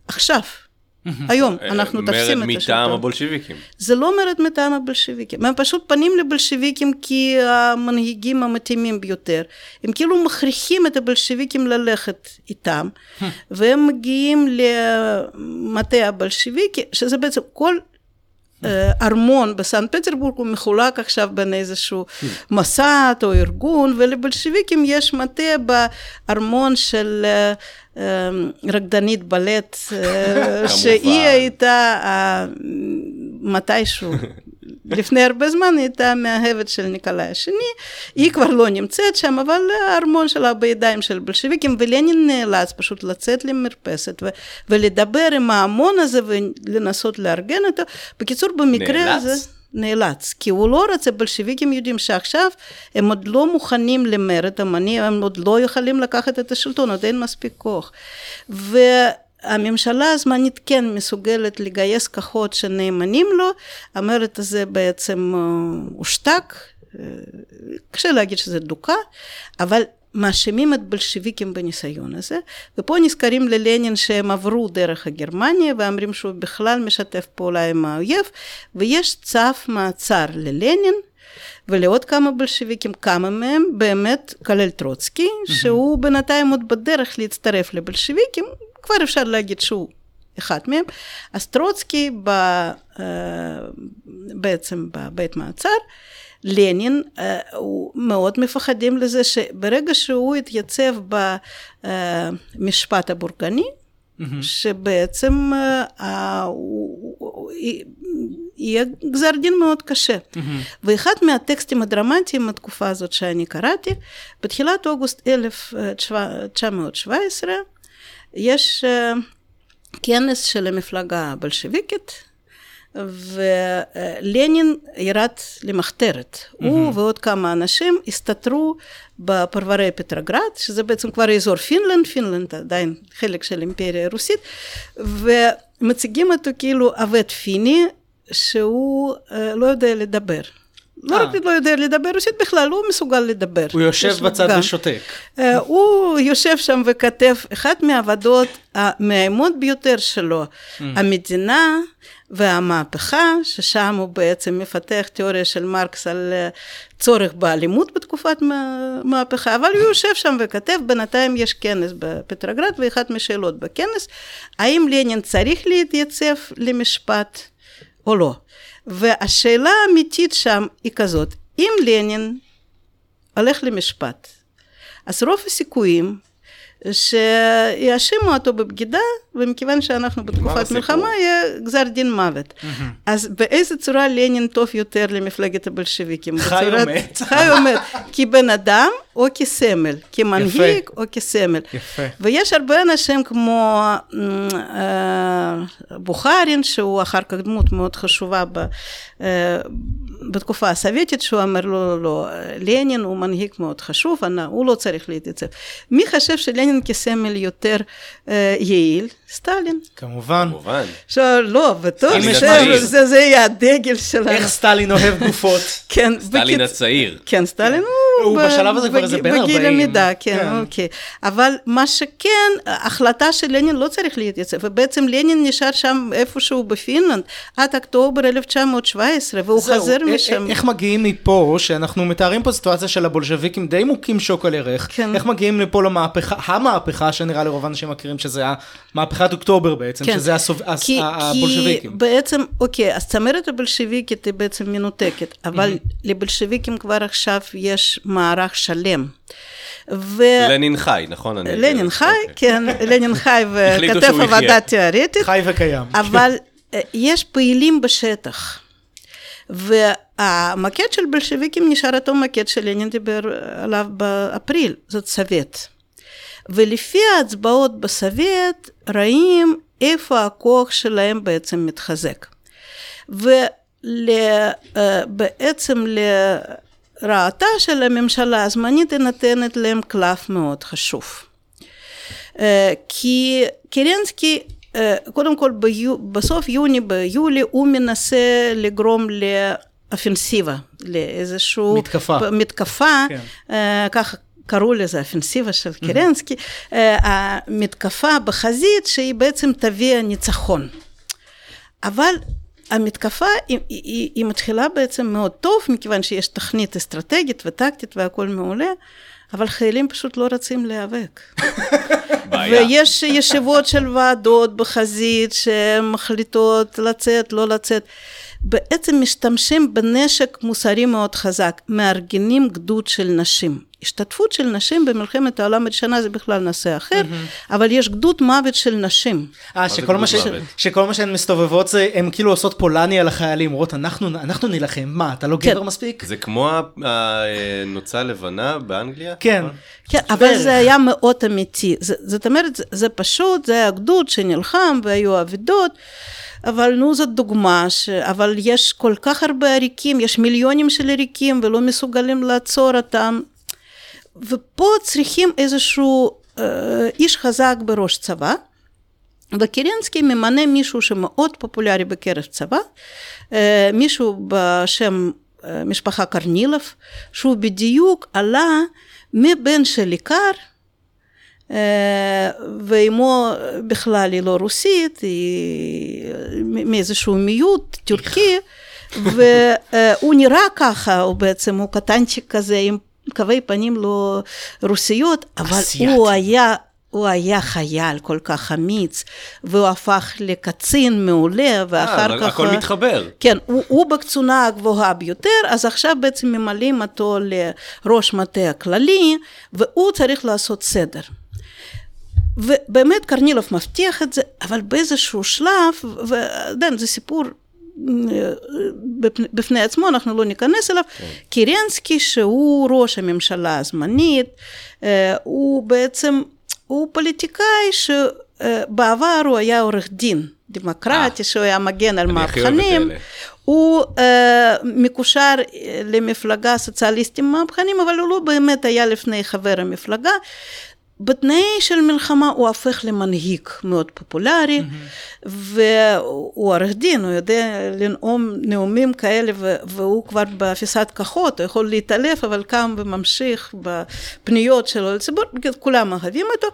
עכשיו. היום אנחנו תופסים את השלטון. מרד מטעם הבולשביקים. זה לא מרד מטעם הבולשביקים. הם פשוט פנים לבולשביקים כמנהיגים המתאימים ביותר. הם כאילו מכריחים את הבולשביקים ללכת איתם, והם מגיעים למטה הבולשביקי, שזה בעצם כל ארמון בסן פטרבורג הוא מחולק עכשיו בין איזשהו מסד או ארגון, ולבולשביקים יש מטה בארמון של רקדנית בלט, שהיא הייתה מתישהו, לפני הרבה זמן היא הייתה מאהבת של ניקולאי השני, היא כבר לא נמצאת שם, אבל הארמון שלה בידיים של בולשביקים, ולנין נאלץ פשוט לצאת למרפסת ו- ולדבר עם ההמון הזה ולנסות לארגן אותו. בקיצור, במקרה נאלץ? הזה נאלץ, כי הוא לא רוצה, בולשביקים יודעים שעכשיו הם עוד לא מוכנים למרד המני, הם עוד לא יכולים לקחת את השלטון, עוד אין מספיק כוח. ו... הממשלה הזמנית כן מסוגלת לגייס כוחות שנאמנים לו, המרד הזה בעצם הושתק, קשה להגיד שזה דוקה, אבל מאשימים את בולשביקים בניסיון הזה, ופה נזכרים ללנין שהם עברו דרך הגרמניה, ואומרים שהוא בכלל משתף פעולה עם האויב, ויש צו מעצר ללנין, ולעוד כמה בולשביקים, כמה מהם באמת, כולל טרוצקי, שהוא בינתיים עוד בדרך להצטרף לבולשביקים, כבר אפשר להגיד שהוא אחד מהם. אז טרוצקי ב, בעצם בבית מעצר, לנין, הוא מאוד מפחדים לזה שברגע שהוא התייצב במשפט הבורגני, שבעצם יהיה גזר דין מאוד קשה. ואחד מהטקסטים הדרמטיים בתקופה הזאת שאני קראתי, בתחילת אוגוסט אלף תשע מאות שבע עשרה, יש כנס של המפלגה הבולשביקית, ולנין ירד למחתרת. הוא ועוד כמה אנשים הסתתרו בפרברי פטרוגרד, שזה בעצם כבר אזור פינלנד, פינלנד עדיין חלק של אימפריה הרוסית, ומציגים אותו כאילו עבד פיני, שהוא לא יודע לדבר. לא רק לא יודע לדבר רוסית בכלל, הוא מסוגל לדבר. הוא יושב בצד ושותק. הוא יושב שם וכתב, אחת מהעבודות המאיימות ביותר שלו, המדינה והמהפכה, ששם הוא בעצם מפתח תיאוריה של מרקס על צורך באלימות בתקופת מהפכה, אבל הוא יושב שם וכתב, בינתיים יש כנס בפטרוגרד, ואחת משאלות בכנס, האם לנין צריך להתייצב למשפט או לא? והשאלה האמיתית שם היא כזאת, אם לנין הולך למשפט, אז רוב הסיכויים שיאשימו אותו בבגידה, ומכיוון שאנחנו בתקופת מלחמה, יהיה גזר דין מוות. אז באיזה צורה לנין טוב יותר למפלגת הבולשביקים? חי או מת. חי או מת, כבן אדם או כסמל, כמנהיג או כסמל. יפה. ויש הרבה אנשים כמו בוכרין, שהוא אחר כך דמות מאוד חשובה בתקופה הסובייטית, שהוא אומר לו, לא, לנין הוא מנהיג מאוד חשוב, הוא לא צריך להתייצב. מי חושב שלנין כסמל יותר יעיל? סטלין. כמובן. כמובן. לא, וטוב, זה יהיה הדגל שלנו. איך סטלין אוהב גופות. כן. סטלין הצעיר. כן, סטלין הוא בשלב הזה כבר איזה בן ארבעים. בגיל המידה, כן, אוקיי. אבל מה שכן, החלטה של לנין לא צריך להתייצב, ובעצם לנין נשאר שם איפשהו בפינלנד, עד אוקטובר אלף תשע מאות שבע עשרה, והוא חזר משם. איך מגיעים מפה, שאנחנו מתארים פה סיטואציה של הבולשביקים די מוכים שוק על ערך, איך מגיעים לפה למהפכה, המהפכה שנראה לרוב אנשים מכירים שזה המהפכת אוקטובר בעצם, שזה הבולשביקים. כי בעצם, אוקיי, אז צמרת הבולשביקית היא בעצם מנותקת, אבל לבולשביקים כבר עכשיו יש מערך שלם. לנין חי, נכון? לנין חי, כן, לנין חי וכתב עבודה תיאורטית. חי וקיים. אבל יש פעילים בשטח. והמקד של בולשביקים נשאר אותו מקד שלנין דיבר עליו באפריל, זאת סובייט. ולפי ההצבעות בסובייט, רואים איפה הכוח שלהם בעצם מתחזק. ובעצם לרעתה של הממשלה הזמנית היא נותנת להם קלף מאוד חשוב. כי קרנסקי, קודם כל בסוף יוני, ביולי, הוא מנסה לגרום לאפנסיבה, לאיזשהו... מתקפה. מתקפה, כן. ככה קראו לזה הפנסיבה של קירנסקי, המתקפה בחזית שהיא בעצם תביא ניצחון. אבל המתקפה היא, היא, היא מתחילה בעצם מאוד טוב, מכיוון שיש תכנית אסטרטגית וטקטית והכל מעולה, אבל חיילים פשוט לא רצים להיאבק. ויש ישיבות של ועדות בחזית שמחליטות לצאת, לא לצאת. בעצם משתמשים בנשק מוסרי מאוד חזק, מארגנים גדוד של נשים. השתתפות של נשים במלחמת העולם הראשונה זה בכלל נושא אחר, אבל יש גדוד מוות של נשים. אה, שכל מה שהן מסתובבות זה, הן כאילו עושות פולני על החיילים, אומרות, אנחנו נלחם, מה, אתה לא גבר מספיק? זה כמו הנוצה לבנה באנגליה? כן. כן, אבל זה היה מאוד אמיתי. זאת אומרת, זה פשוט, זה היה גדוד שנלחם והיו אבדות, אבל נו, זאת דוגמה, ש... אבל יש כל כך הרבה עריקים, יש מיליונים של עריקים ולא מסוגלים לעצור אותם, ופה צריכים איזשהו אה, איש חזק בראש צבא, וקירנסקי ממנה מישהו שמאוד פופולרי בקרב צבא, אה, מישהו בשם אה, משפחה קרנילוב, שהוא בדיוק עלה מבן של עיקר, ואמו בכלל היא לא רוסית, היא מאיזשהו מיעוט טורקי, והוא נראה ככה, הוא בעצם, הוא קטנצ'יק כזה, עם קווי פנים לא רוסיות, אבל הוא היה, הוא היה חייל כל כך אמיץ, והוא הפך לקצין מעולה, ואחר כך... הכל מתחבר. כן, הוא, הוא בקצונה הגבוהה ביותר, אז עכשיו בעצם ממלאים אותו לראש מטה הכללי, והוא צריך לעשות סדר. ובאמת קרנילוב מבטיח את זה, אבל באיזשהו שלב, ודן, זה סיפור בפני עצמו, אנחנו לא ניכנס אליו, קירנסקי, שהוא ראש הממשלה הזמנית, הוא בעצם, הוא פוליטיקאי שבעבר הוא היה עורך דין דמוקרטי, שהוא היה מגן על מהפכנים, הוא מקושר למפלגה סוציאליסטים מהפכנים, אבל הוא לא באמת היה לפני חבר המפלגה, בתנאי של מלחמה הוא הפך למנהיג מאוד פופולרי, mm-hmm. והוא עורך דין, הוא יודע לנאום נאומים כאלה, והוא כבר באפיסת כוחות, הוא יכול להתעלף, אבל קם וממשיך בפניות שלו לציבור, כולם אוהבים אותו,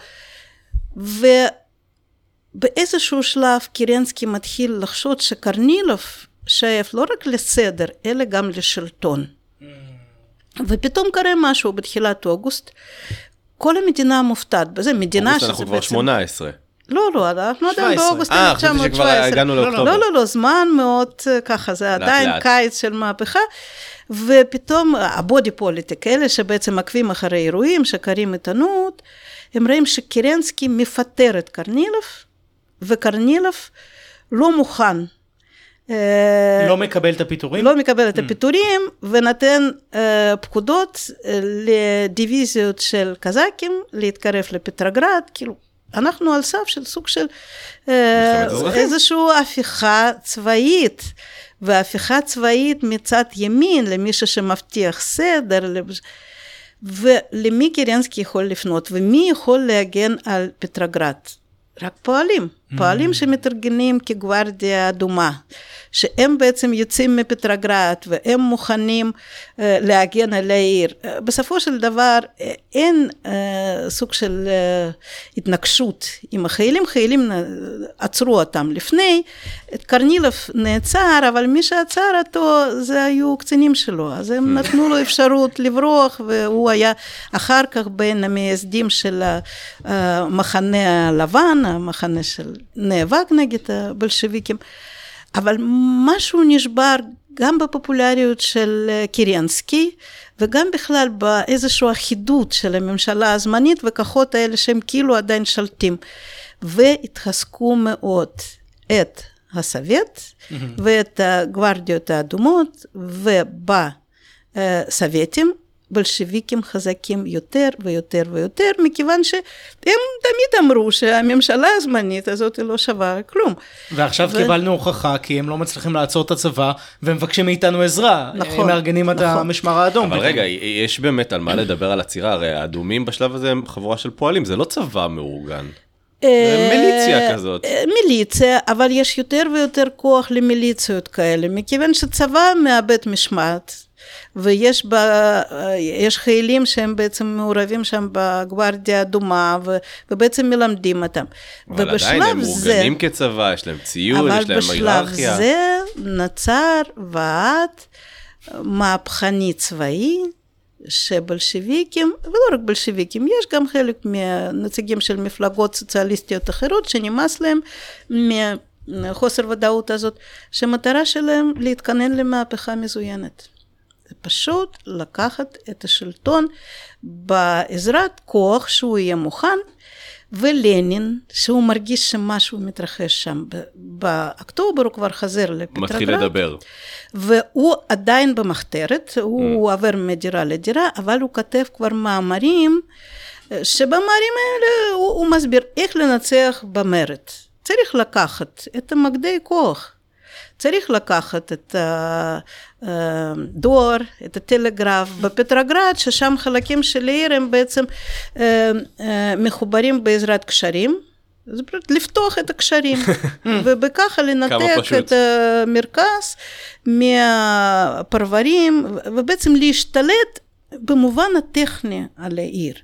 ובאיזשהו שלב קירנסקי מתחיל לחשוד שקרנילוב שייך לא רק לסדר, אלא גם לשלטון. Mm-hmm. ופתאום קרה משהו בתחילת אוגוסט, כל המדינה מופתעת בזה, מדינה שזה בעצם... אנחנו כבר שמונה עשרה. לא, לא, אנחנו עדיין באוגוסט אלף תשע מאות שבע עשרה. אה, חשבתי שכבר הגענו לאוקטובר. לא, לא, לא, זמן מאוד ככה, זה עדיין קיץ של מהפכה, ופתאום הבודי פוליטיק, אלה שבעצם עקבים אחרי אירועים, שקרים עיתונות, הם רואים שקירנסקי מפטר את קרנילוב, וקרנילוב לא מוכן. לא מקבל את הפיטורים? לא מקבל את הפיטורים, ונתן פקודות לדיוויזיות של קזקים, להתקרב לפטרגרד, כאילו, אנחנו על סף של סוג של איזושהי הפיכה צבאית, והפיכה צבאית מצד ימין, למישהו שמבטיח סדר, ולמי קירנסקי יכול לפנות, ומי יכול להגן על פטרגרד? רק פועלים, פועלים שמתארגנים כגוורדיה אדומה, שהם בעצם יוצאים מפטרגרד, והם מוכנים uh, להגן על העיר. Uh, בסופו של דבר, uh, אין uh, סוג של uh, התנגשות עם החיילים, חיילים uh, עצרו אותם לפני, את קרנילוב נעצר, אבל מי שעצר אותו, זה היו קצינים שלו, אז הם נתנו לו אפשרות לברוח, והוא היה אחר כך בין המייסדים של המחנה הלבן, המחנה של נאבק נגד הבולשוויקים, אבל משהו נשבר גם בפופולריות של קירנסקי, וגם בכלל באיזושהי אחידות של הממשלה הזמנית, וכוחות האלה שהם כאילו עדיין שלטים, והתחזקו מאוד את הסובייט, mm-hmm. ואת הגוורדיות האדומות, ובסובייטים, בולשוויקים חזקים יותר ויותר ויותר, מכיוון שהם תמיד אמרו שהממשלה הזמנית הזאת לא שווה כלום. ועכשיו ו... קיבלנו הוכחה, כי הם לא מצליחים לעצור את הצבא, והם מבקשים מאיתנו עזרה. נכון. הם מארגנים נכון. את המשמר האדום. אבל רגע, יש באמת על מה לדבר על הצירה, הרי האדומים בשלב הזה הם חבורה של פועלים, זה לא צבא מאורגן. זה מיליציה כזאת. מיליציה, אבל יש יותר ויותר כוח למיליציות כאלה, מכיוון שצבא מאבד משמעת. ויש בה, יש חיילים שהם בעצם מעורבים שם בגווארדיה האדומה, ובעצם מלמדים אותם. אבל עדיין הם מאורגנים כצבא, יש להם ציור, יש להם היררכיה. אבל בשלב זה נוצר ועד מהפכני צבאי, שבלשוויקים, ולא רק בלשוויקים, יש גם חלק מהנציגים של מפלגות סוציאליסטיות אחרות, שנמאס להם מחוסר ודאות הזאת, שמטרה שלהם להתכונן למהפכה מזוינת. זה פשוט לקחת את השלטון בעזרת כוח שהוא יהיה מוכן, ולנין, שהוא מרגיש שמשהו מתרחש שם, באוקטובר הוא כבר חזר לפטרוגרד. מתחיל לדבר. והוא עדיין במחתרת, הוא עובר מדירה לדירה, אבל הוא כתב כבר מאמרים, שבמאמרים האלה הוא, הוא מסביר איך לנצח במרד. צריך לקחת את המוקדי כוח, צריך לקחת את הדואר, את הטלגרף, בפטרוגרד, ששם חלקים של העיר הם בעצם מחוברים בעזרת קשרים, זה פשוט לפתוח את הקשרים, ובככה לנתק את המרכז מהפרברים, ובעצם להשתלט במובן הטכני על העיר.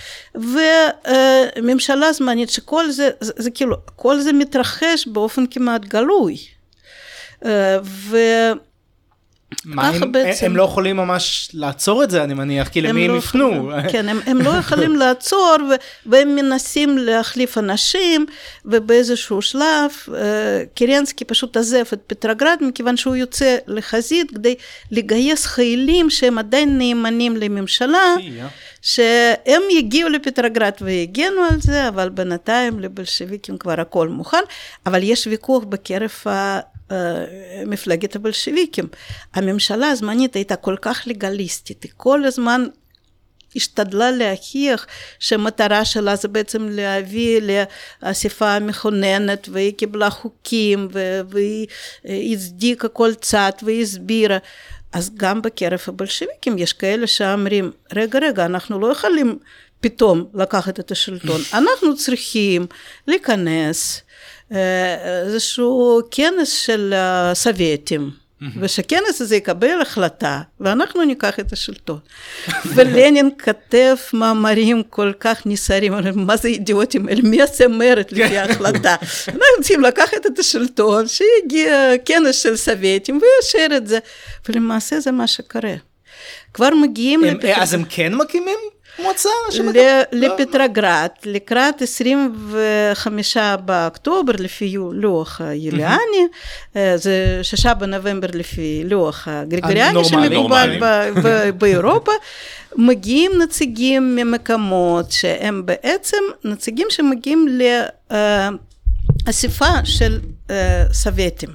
וממשלה זמנית שכל זה, זה, זה כאילו, כל זה מתרחש באופן כמעט גלוי. ו... מה, הם, בעצם, הם לא יכולים ממש לעצור את זה, אני מניח, כי למי הם יפנו? כן, הם, הם לא יכולים לעצור, ו, והם מנסים להחליף אנשים, ובאיזשהו שלב, קרנסקי פשוט עזב את פטרוגרד, מכיוון שהוא יוצא לחזית, כדי לגייס חיילים שהם עדיין נאמנים לממשלה, שהם יגיעו לפטרוגרד ויגנו על זה, אבל בינתיים לבלשוויקים כבר הכל מוכן, אבל יש ויכוח בקרב ה... מפלגת הבלשוויקים. הממשלה הזמנית הייתה כל כך לגליסטית, היא כל הזמן השתדלה להכיח שהמטרה שלה זה בעצם להביא לאספה המכוננת, והיא קיבלה חוקים, והיא הצדיקה כל צד, והיא הסבירה. אז גם בקרב הבלשוויקים יש כאלה שאומרים, רגע, רגע, אנחנו לא יכולים פתאום לקחת את השלטון, אנחנו צריכים להיכנס, איזשהו כנס של סובייטים, ושכנס הזה יקבל החלטה, ואנחנו ניקח את השלטון. ולנין כתב מאמרים כל כך נסערים, מה זה אידיוטים, אל מי עושה מרד לפי ההחלטה? אנחנו רוצים לקחת את השלטון, שיגיע כנס של סובייטים, וישר את זה. ולמעשה זה מה שקורה. כבר מגיעים... אז הם כן מקימים? מוצא לפטרוגרד, לקראת עשרים וחמישה באוקטובר לפי לוח היוליאני, זה שישה בנובמבר לפי לוח הגרגוריאני שמקובל באירופה, מגיעים נציגים ממקומות שהם בעצם נציגים שמגיעים לאספה של סובייטים,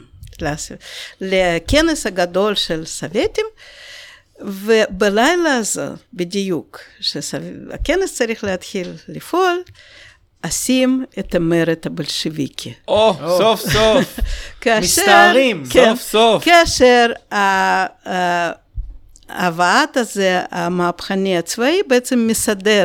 לכנס הגדול של סובייטים, ובלילה הזה, בדיוק, שהכנס צריך להתחיל לפעול, עושים את המרד הבלשוויקי. או, סוף סוף. מסתערים, סוף סוף. כאשר הוועד הזה, המהפכני הצבאי, בעצם מסדר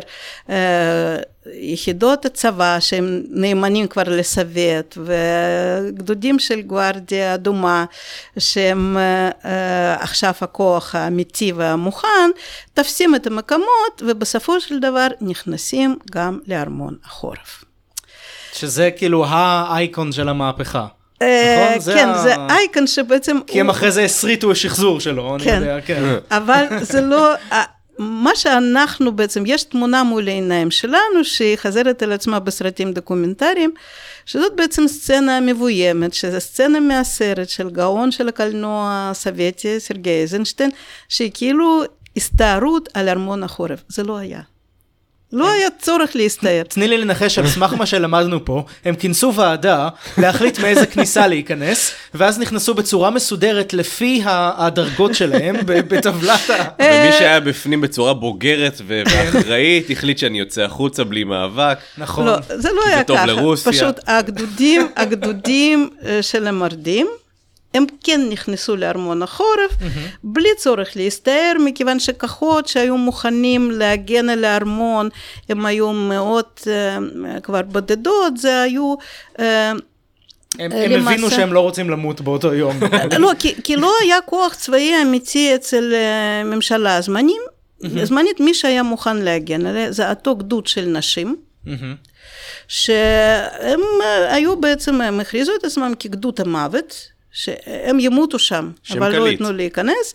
יחידות הצבא שהם נאמנים כבר לסובייט, וגדודים של גוארדיה אדומה שהם עכשיו הכוח האמיתי והמוכן, תופסים את המקומות ובסופו של דבר נכנסים גם לארמון החורף. שזה כאילו האייקון של המהפכה. כן, זה אייקון שבעצם... כי הם אחרי זה הסריטו השחזור שלו, אני יודע, כן. אבל זה לא... מה שאנחנו בעצם, יש תמונה מול העיניים שלנו, שהיא חזרת על עצמה בסרטים דוקומנטריים, שזאת בעצם סצנה מבוימת, שזו סצנה מהסרט של גאון של הקולנוע הסובייטי, סרגי איזנשטיין, שהיא כאילו הסתערות על ארמון החורף. זה לא היה. לא היה צורך להסתער. תני לי לנחש על סמך מה שלמדנו פה, הם כינסו ועדה להחליט מאיזה כניסה להיכנס, ואז נכנסו בצורה מסודרת לפי הדרגות שלהם, בטבלת ה... ומי שהיה בפנים בצורה בוגרת ואחראית, החליט שאני יוצא החוצה בלי מאבק. נכון. לא, זה לא היה ככה. פשוט הגדודים, הגדודים של המרדים, הם כן נכנסו לארמון החורף, mm-hmm. בלי צורך להסתער, מכיוון שכוחות שהיו מוכנים להגן על הארמון, הם היו מאוד uh, כבר בודדות, זה היו uh, הם, הם הבינו שהם לא רוצים למות באותו יום. לא, כי, כי לא היה כוח צבאי אמיתי אצל ממשלה הזמנים, זמנית מי שהיה מוכן להגן עליה, זה אותו גדוד של נשים, שהם היו בעצם, הם הכריזו את עצמם כגדוד המוות, שהם ימותו שם, אבל לא יתנו להיכנס,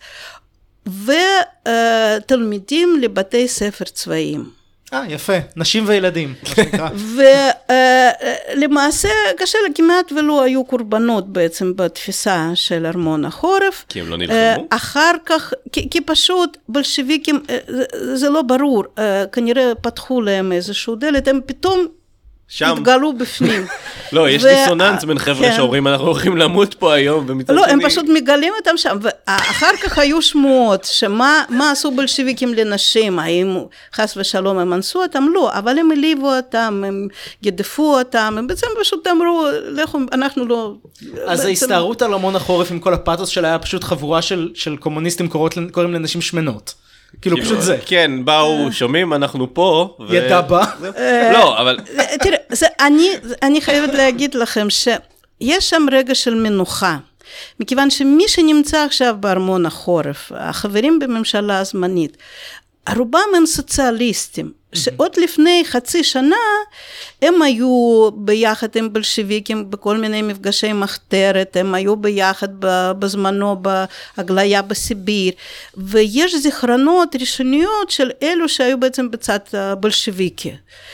ותלמידים לבתי ספר צבאיים. אה, יפה, נשים וילדים, מה שנקרא. ולמעשה, קשה כמעט ולא היו קורבנות בעצם בתפיסה של ארמון החורף. כי הם לא נלחמו? אחר כך, כי, כי פשוט בולשביקים, זה לא ברור, כנראה פתחו להם איזשהו דלת, הם פתאום התגלו בפנים. לא, יש דיסוננס בין חבר'ה שאומרים, אנחנו הולכים למות פה היום, ומצד שני... לא, הם פשוט מגלים אותם שם, ואחר כך היו שמועות, שמה עשו בולשביקים לנשים, האם חס ושלום הם אנסו אותם? לא, אבל הם הליבו אותם, הם גדפו אותם, הם בעצם פשוט אמרו, לכו, אנחנו לא... אז ההסתערות על ארמון החורף עם כל הפאתוס שלה, היה פשוט חבורה של קומוניסטים קוראים לנשים שמנות. כאילו פשוט זה. כן, באו, שומעים, אנחנו פה. ידע בה. לא, אבל... תראה, אני חייבת להגיד לכם שיש שם רגע של מנוחה, מכיוון שמי שנמצא עכשיו בארמון החורף, החברים בממשלה הזמנית, רובם הם סוציאליסטים, שעוד לפני חצי שנה הם היו ביחד עם בולשביקים בכל מיני מפגשי מחתרת, הם היו ביחד בזמנו בהגליה בסיביר, ויש זיכרונות ראשוניות של אלו שהיו בעצם בצד הבולשביקי.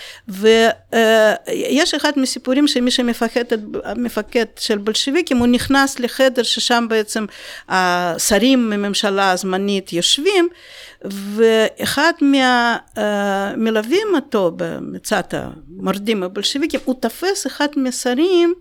ויש אחד מסיפורים שמי שמפקד המפקד של בולשביקים, הוא נכנס לחדר ששם בעצם השרים מממשלה הזמנית יושבים, ואחד מהמלווים אותו במצד המורדים הבולשביקים, הוא תפס אחד מהשרים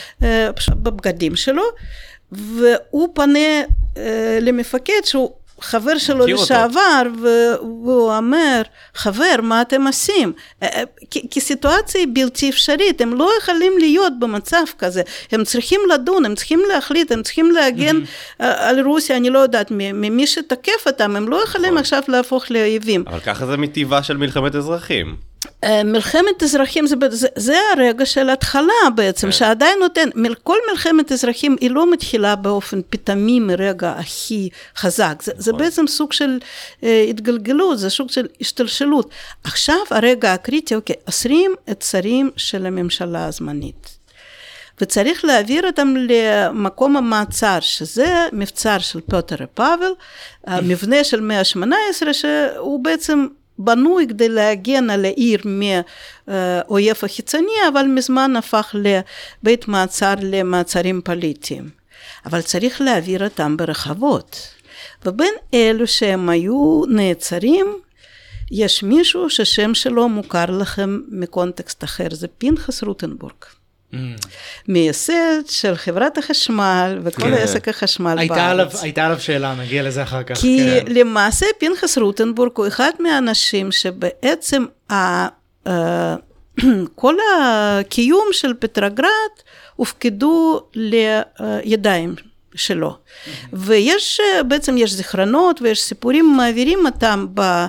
בבגדים שלו, והוא פנה למפקד שהוא חבר שלו לשעבר, והוא אומר, חבר, מה אתם עושים? כי סיטואציה היא בלתי אפשרית, הם לא יכולים להיות במצב כזה, הם צריכים לדון, הם צריכים להחליט, הם צריכים להגן על רוסיה, אני לא יודעת, ממי שתקף אותם, הם לא יכולים עכשיו להפוך לאויבים. אבל ככה זה מטבעה של מלחמת אזרחים. מלחמת אזרחים זה, זה, זה הרגע של התחלה בעצם, שעדיין נותן, כל מלחמת אזרחים היא לא מתחילה באופן פתאומי מרגע הכי חזק, זה, זה בעצם סוג של אה, התגלגלות, זה סוג של השתלשלות. עכשיו הרגע הקריטי, אוקיי, אוסרים את שרים של הממשלה הזמנית. וצריך להעביר אותם למקום המעצר, שזה מבצר של פיוטר פאבל, המבנה של מאה ה-שמונה עשרה, שהוא בעצם בנוי כדי להגן על העיר מאויב החיצוני, אבל מזמן הפך לבית מעצר למעצרים פוליטיים. אבל צריך להעביר אותם ברחבות. ובין אלו שהם היו נעצרים, יש מישהו ששם שלו מוכר לכם מקונטקסט אחר, זה פנחס רוטנבורג. Mm. מייסד של חברת החשמל וכל עסק החשמל בארץ. הייתה עליו שאלה, נגיע לזה אחר כך. כי כן. למעשה פנחס רוטנבורג הוא אחד מהאנשים שבעצם ה, כל הקיום של פטרגרד הופקדו לידיים שלו. Mm-hmm. ויש בעצם יש זיכרונות ויש סיפורים מעבירים אותם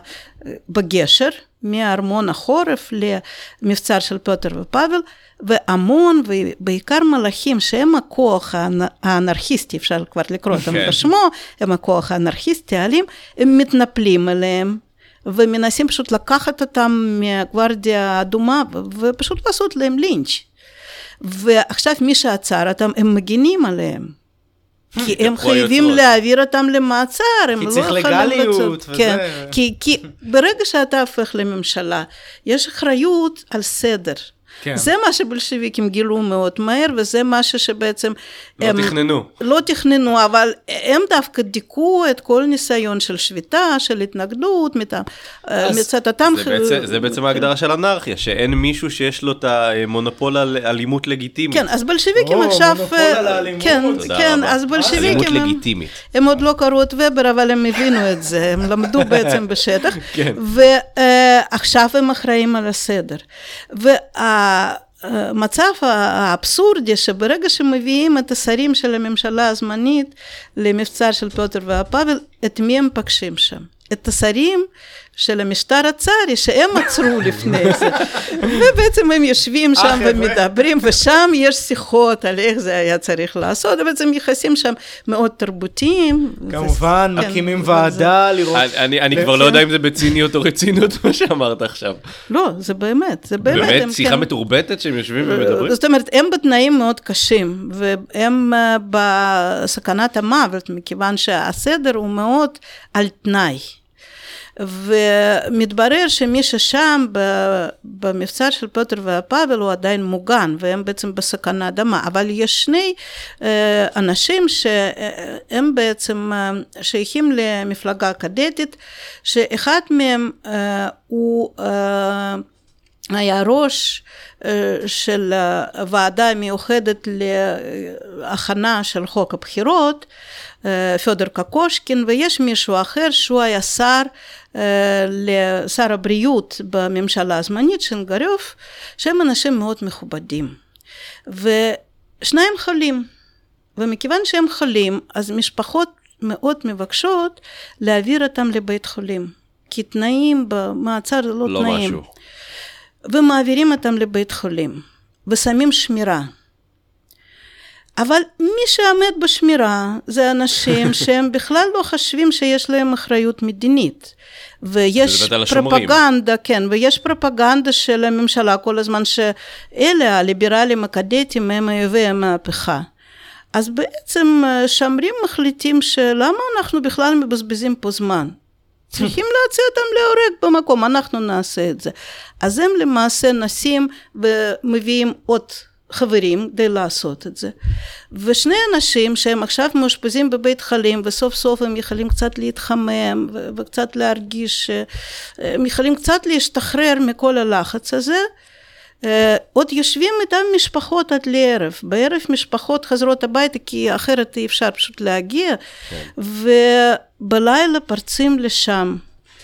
בגשר מארמון החורף למבצר של פיוטר ופאבל, והמון ובעיקר מלאכים שהם הכוח האנרכיסטי, אפשר כבר לקרוא אותם בשמו, הם הכוח האנרכיסטי האלים, הם מתנפלים עליהם ומנסים פשוט לקחת אותם מהגוורדיה האדומה ופשוט לעשות להם לינץ'. ועכשיו מי שעצר אותם, הם מגינים עליהם. כי הם חייבים להעביר אותם למעצר, כי צריך לגליות וזה. כי ברגע שאתה הופך לממשלה, יש אחריות על סדר. כן. זה מה שבולשביקים גילו מאוד מהר, וזה משהו שבעצם... לא הם תכננו. לא תכננו, אבל הם דווקא דיכאו את כל ניסיון של שביתה, של התנגדות, מצד אותם... זה, בעצם, זה בעצם ההגדרה של אנרכיה, שאין מישהו שיש לו את המונופול על אלימות לגיטימית. כן, אז בולשביקים או, עכשיו... מונופול על האלימות. כן, כן, אז בולשביקים... אלימות לגיטימית. הם עוד לא קראו את ובר, אבל הם הבינו את זה, הם למדו בעצם בשטח, כן. ועכשיו הם אחראים על הסדר. וה... המצב האבסורדי שברגע שמביאים את השרים של הממשלה הזמנית למבצר של פיוטר ופאבל, את מי הם פגשים שם? את השרים של המשטר הצארי שהם עצרו לפני זה. ובעצם הם יושבים שם ומדברים, ושם יש שיחות על איך זה היה צריך לעשות, ובעצם יחסים שם מאוד תרבותיים. כמובן, מקימים ועדה לראות... אני כבר לא יודע אם זה בציניות או רצינות, מה שאמרת עכשיו. לא, זה באמת, זה באמת. באמת, שיחה מתורבתת שהם יושבים ומדברים? זאת אומרת, הם בתנאים מאוד קשים, והם בסכנת המוות, מכיוון שהסדר הוא מאוד על תנאי. ומתברר שמי ששם במבצר של פטר והפאבל הוא עדיין מוגן, והם בעצם בסכנה דמה. אבל יש שני אנשים שהם בעצם שייכים למפלגה הקדטית, שאחד מהם הוא היה ראש של הוועדה המיוחדת להכנה של חוק הבחירות, פדור קוקושקין, ויש מישהו אחר שהוא היה שר, לשר הבריאות בממשלה הזמנית, שנגריוף, שהם אנשים מאוד מכובדים. ושניים חולים, ומכיוון שהם חולים, אז משפחות מאוד מבקשות להעביר אותם לבית חולים, כי תנאים במעצר לא, לא תנאים. משהו. ומעבירים אותם לבית חולים, ושמים שמירה. אבל מי שעמד בשמירה זה אנשים שהם בכלל לא חושבים שיש להם אחריות מדינית. ויש פרופגנדה, כן, ויש פרופגנדה של הממשלה כל הזמן שאלה הליברלים הקדטים הם אויבי המהפכה. אז בעצם שומרים מחליטים שלמה אנחנו בכלל מבזבזים פה זמן. צריכים להציע אותם להורג במקום, אנחנו נעשה את זה. אז הם למעשה נשים ומביאים עוד חברים כדי לעשות את זה. ושני אנשים שהם עכשיו מאושפזים בבית חולים, וסוף סוף הם יכולים קצת להתחמם, וקצת להרגיש, הם יכולים קצת להשתחרר מכל הלחץ הזה, עוד יושבים איתם משפחות עד לערב. בערב משפחות חזרות הביתה, כי אחרת אי אפשר פשוט להגיע, ובלילה פרצים לשם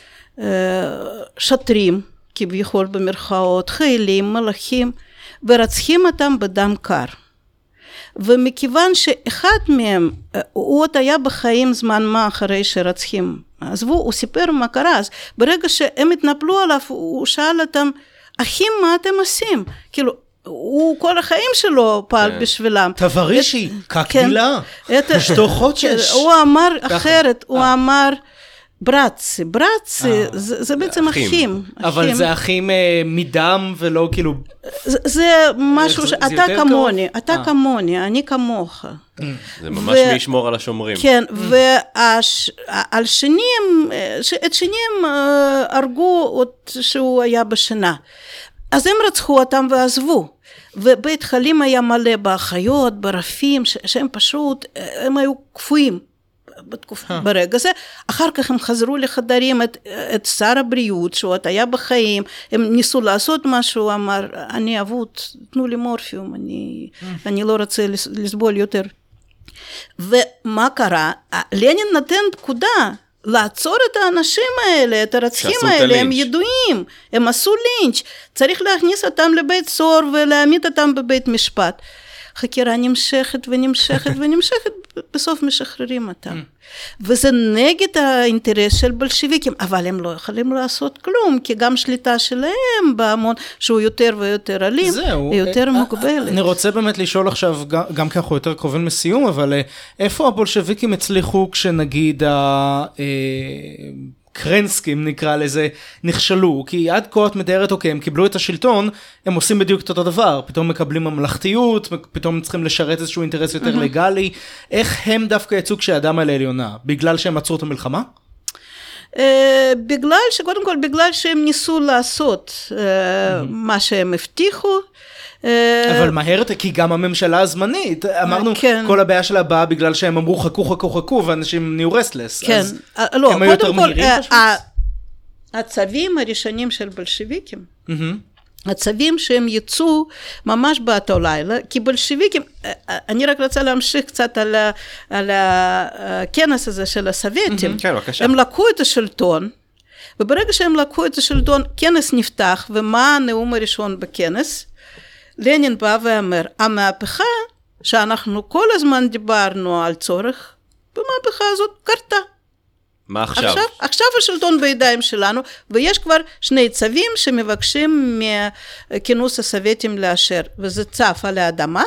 שוטרים, כביכול במרכאות, חיילים, מלאכים, ורצחים אותם בדם קר. ומכיוון שאחד מהם, הוא עוד היה בחיים זמן מה אחרי שרצחים, עזבו, הוא סיפר מה קרה, אז ברגע שהם התנפלו עליו, הוא שאל אותם, אחים, מה אתם עושים? כאילו, הוא כל החיים שלו פעל בשבילם. תברישי, כקבילה, שתו חודשש. הוא אמר אחרת, הוא אמר, ברצי, ברצי, זה בעצם אחים. אבל זה אחים מדם ולא כאילו... זה משהו שאתה כמוני, אתה כמוני, אני כמוך. זה ממש מי ישמור על השומרים. כן, ועל שנים, את שנים הרגו עוד שהוא היה בשנה. אז הם רצחו אותם ועזבו. ובית חולים היה מלא באחיות, ברפים, שהם פשוט, הם היו קפואים. בתקופה, ברגע זה, אחר כך הם חזרו לחדרים את, את שר הבריאות, שהוא היה בחיים, הם ניסו לעשות משהו, הוא אמר, אני אבוד, תנו לי מורפיום, אני, אני לא רוצה לסבול יותר. ומה קרה? לנין נתן פקודה, לעצור את האנשים האלה, את הרצחים האלה, הם ידועים, הם עשו לינץ', צריך להכניס אותם לבית סוהר ולהעמיד אותם בבית משפט. חקירה נמשכת ונמשכת ונמשכת, בסוף משחררים אותם. וזה נגד האינטרס של בולשביקים, אבל הם לא יכולים לעשות כלום, כי גם שליטה שלהם בהמון, שהוא יותר ויותר אלים, היא יותר מוגבלת. אני רוצה באמת לשאול עכשיו, גם כי אנחנו יותר קרובים לסיום, אבל איפה הבולשביקים הצליחו כשנגיד קרנסקים נקרא לזה, נכשלו, כי עד כה את מתארת, אוקיי, הם קיבלו את השלטון, הם עושים בדיוק את אותו דבר, פתאום מקבלים ממלכתיות, פתאום צריכים לשרת איזשהו אינטרס יותר לגלי, איך הם דווקא יצאו כשהאדם על העליונה? בגלל שהם עצרו את המלחמה? בגלל שקודם כל, בגלל שהם ניסו לעשות מה שהם הבטיחו, אבל מהר, כי גם הממשלה הזמנית, אמרנו, כל הבעיה שלה באה בגלל שהם אמרו חכו חכו חכו, ואנשים נהיו רסטלס. כן, לא, קודם כל, הצווים הראשונים של בולשביקים, הצווים שהם יצאו ממש באותו לילה, כי בולשביקים, אני רק רוצה להמשיך קצת על הכנס הזה של הסובייטים, הם לקחו את השלטון, וברגע שהם לקחו את השלטון, כנס נפתח, ומה הנאום הראשון בכנס? לנין בא ואומר, המהפכה שאנחנו כל הזמן דיברנו על צורך, במהפכה הזאת קרתה. מה עכשיו? עכשיו, עכשיו השלטון בידיים שלנו, ויש כבר שני צווים שמבקשים מכינוס הסובייטים לאשר, וזה צו על האדמה,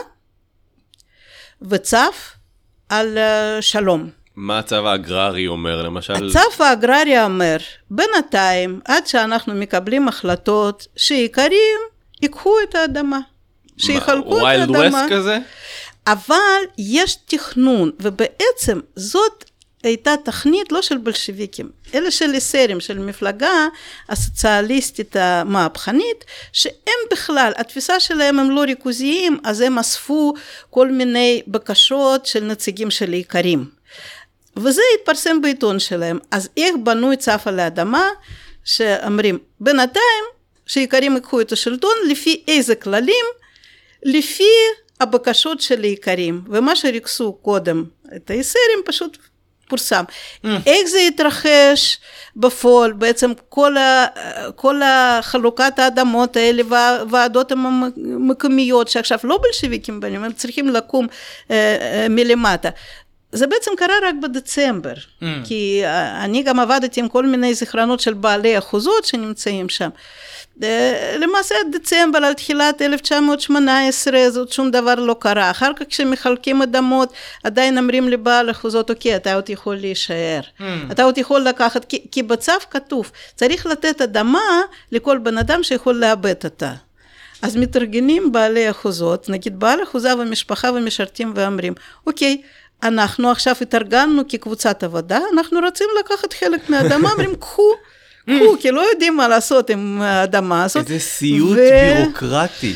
וצו על שלום. מה הצו האגררי אומר, למשל? הצו האגררי אומר, בינתיים, עד שאנחנו מקבלים החלטות, שאיכרים ייקחו את האדמה, שיחלקו את האדמה. ווילד ווסט כזה? אבל יש תכנון, ובעצם זאת הייתה תכנית לא של בלשוויקים, אלא של אסרים, של מפלגה הסוציאליסטית המהפכנית, שהם בכלל, התפיסה שלהם הם לא ריכוזיים, אז הם אספו כל מיני בקשות של נציגים של איכרים. וזה התפרסם בעיתון שלהם. אז איך בנוי צו על האדמה, שאומרים, בינתיים, שאיכרים יקחו את השלטון, לפי איזה כללים, לפי הבקשות של האיכרים, ומה שריכסו קודם את האסרים פשוט פורסם. Mm. איך זה יתרחש בפועל, בעצם כל, ה, כל החלוקת האדמות האלה, והוועדות המקומיות, שעכשיו לא בלשוויקים בנים, הם צריכים לקום אה, אה, מלמטה. זה בעצם קרה רק בדצמבר, mm. כי אני גם עבדתי עם כל מיני זיכרונות של בעלי אחוזות שנמצאים שם. למעשה דצמבר על תחילת אלף תשע מאות שמונה עשרה, זאת שום דבר לא קרה. אחר כך כשמחלקים אדמות, עדיין אומרים לבעל אחוזות, אוקיי, אתה עוד יכול להישאר. Mm. אתה עוד יכול לקחת, כי, כי בצו כתוב, צריך לתת אדמה לכל בן אדם שיכול לאבד אותה. אז מתארגנים בעלי אחוזות, נגיד בעל אחוזה ומשפחה ומשרתים ואומרים, אוקיי, אנחנו עכשיו התארגנו כקבוצת עבודה, אנחנו רוצים לקחת חלק מהאדמה, אומרים, קחו, קחו, כי לא יודעים מה לעשות עם האדמה הזאת. איזה סיוט בירוקרטי.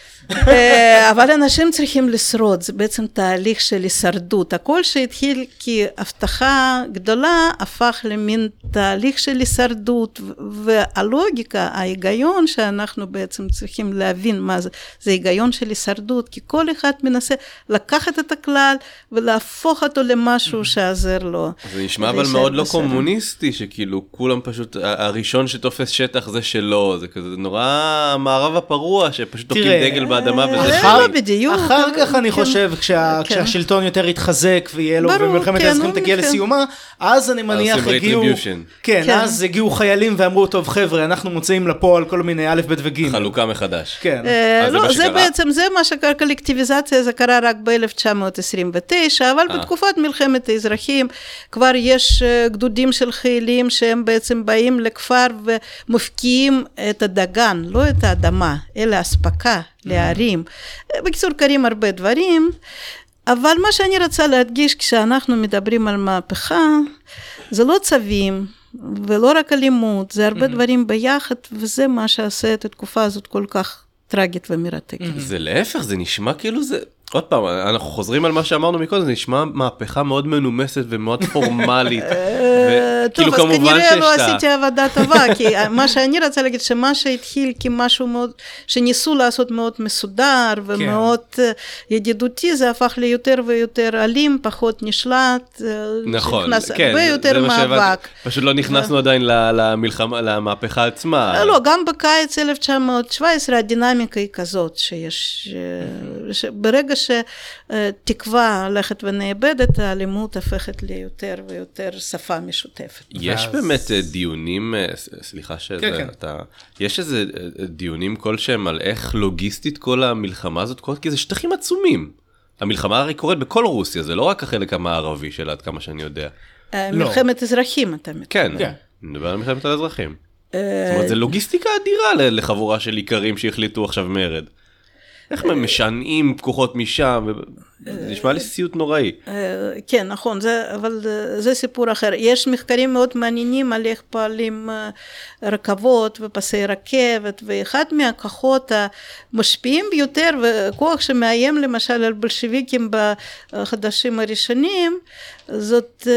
אבל אנשים צריכים לשרוד, זה בעצם תהליך של הישרדות. הכל שהתחיל כהבטחה גדולה, הפך למין תהליך של הישרדות, והלוגיקה, ההיגיון שאנחנו בעצם צריכים להבין מה זה, זה היגיון של הישרדות, כי כל אחד מנסה לקחת את הכלל, ולהפוך אותו למשהו שעזר לו. זה נשמע אבל מאוד לא קומוניסטי, שכאילו כולם פשוט, הראשון שתופס שטח זה שלו, זה כזה נורא מערב הפרוע, שפשוט תוקעים דגל באדמה וזה שלי. אחר כך אני חושב, כשהשלטון יותר יתחזק ויהיה לו, ומלחמת האזרחים תגיע לסיומה, אז אני מניח הגיעו, כן, אז הגיעו חיילים ואמרו, טוב חבר'ה, אנחנו מוצאים לפועל כל מיני א' ב' וג'. חלוקה מחדש. כן. לא, זה בעצם, זה מה שקרה, קולקטיביזציה, זה קרה רק ב-אלף תשע מאות עשרים ותשע, אבל בתקופת מלחמת האזרחים, כבר יש גדודים של חיילים, שהם בעצם באים לכפר ומפקיעים את הדגן, לא את האדמה, אלא הספקה. לערים. בקיצור, קרים הרבה דברים, אבל מה שאני רוצה להדגיש כשאנחנו מדברים על מהפכה, זה לא צווים, ולא רק אלימות, זה הרבה דברים ביחד, וזה מה שעושה את התקופה הזאת כל כך טרגית ומרתקת. זה להפך, זה נשמע כאילו זה... עוד פעם, אנחנו חוזרים על מה שאמרנו מקודם, זה נשמע מהפכה מאוד מנומסת ומאוד פורמלית. טוב, אז כנראה לא עשיתי עבודה טובה, כי מה שאני רוצה להגיד, שמה שהתחיל כמשהו מאוד, שניסו לעשות מאוד מסודר ומאוד ידידותי, זה הפך ליותר ויותר אלים, פחות נשלט, נכון, כן, הרבה יותר מאבק. פשוט לא נכנסנו עדיין למלחמה, למהפכה עצמה. לא, גם בקיץ אלף תשע מאות שבע עשרה הדינמיקה היא כזאת, שיש, ברגע שתקווה הולכת ונאבדת, האלימות הופכת ליותר ויותר שפה משותפת. יש באמת דיונים, סליחה שזה, אתה, יש איזה דיונים כלשהם על איך לוגיסטית כל המלחמה הזאת, כי זה שטחים עצומים. המלחמה הרי קורית בכל רוסיה, זה לא רק החלק המערבי שלה, עד כמה שאני יודע. מלחמת אזרחים, אתה מתכוון. כן, נדבר על מלחמת האזרחים. זאת אומרת, זה לוגיסטיקה אדירה לחבורה של איכרים שהחליטו עכשיו מרד. איך הם משענים כוחות משם, זה נשמע לי סיוט נוראי. כן, נכון, אבל זה סיפור אחר. יש מחקרים מאוד מעניינים על איך פועלים רכבות ופסי רכבת, ואחד מהכוחות המשפיעים ביותר, וכוח שמאיים למשל על בלשוויקים בחדשים הראשונים, זאת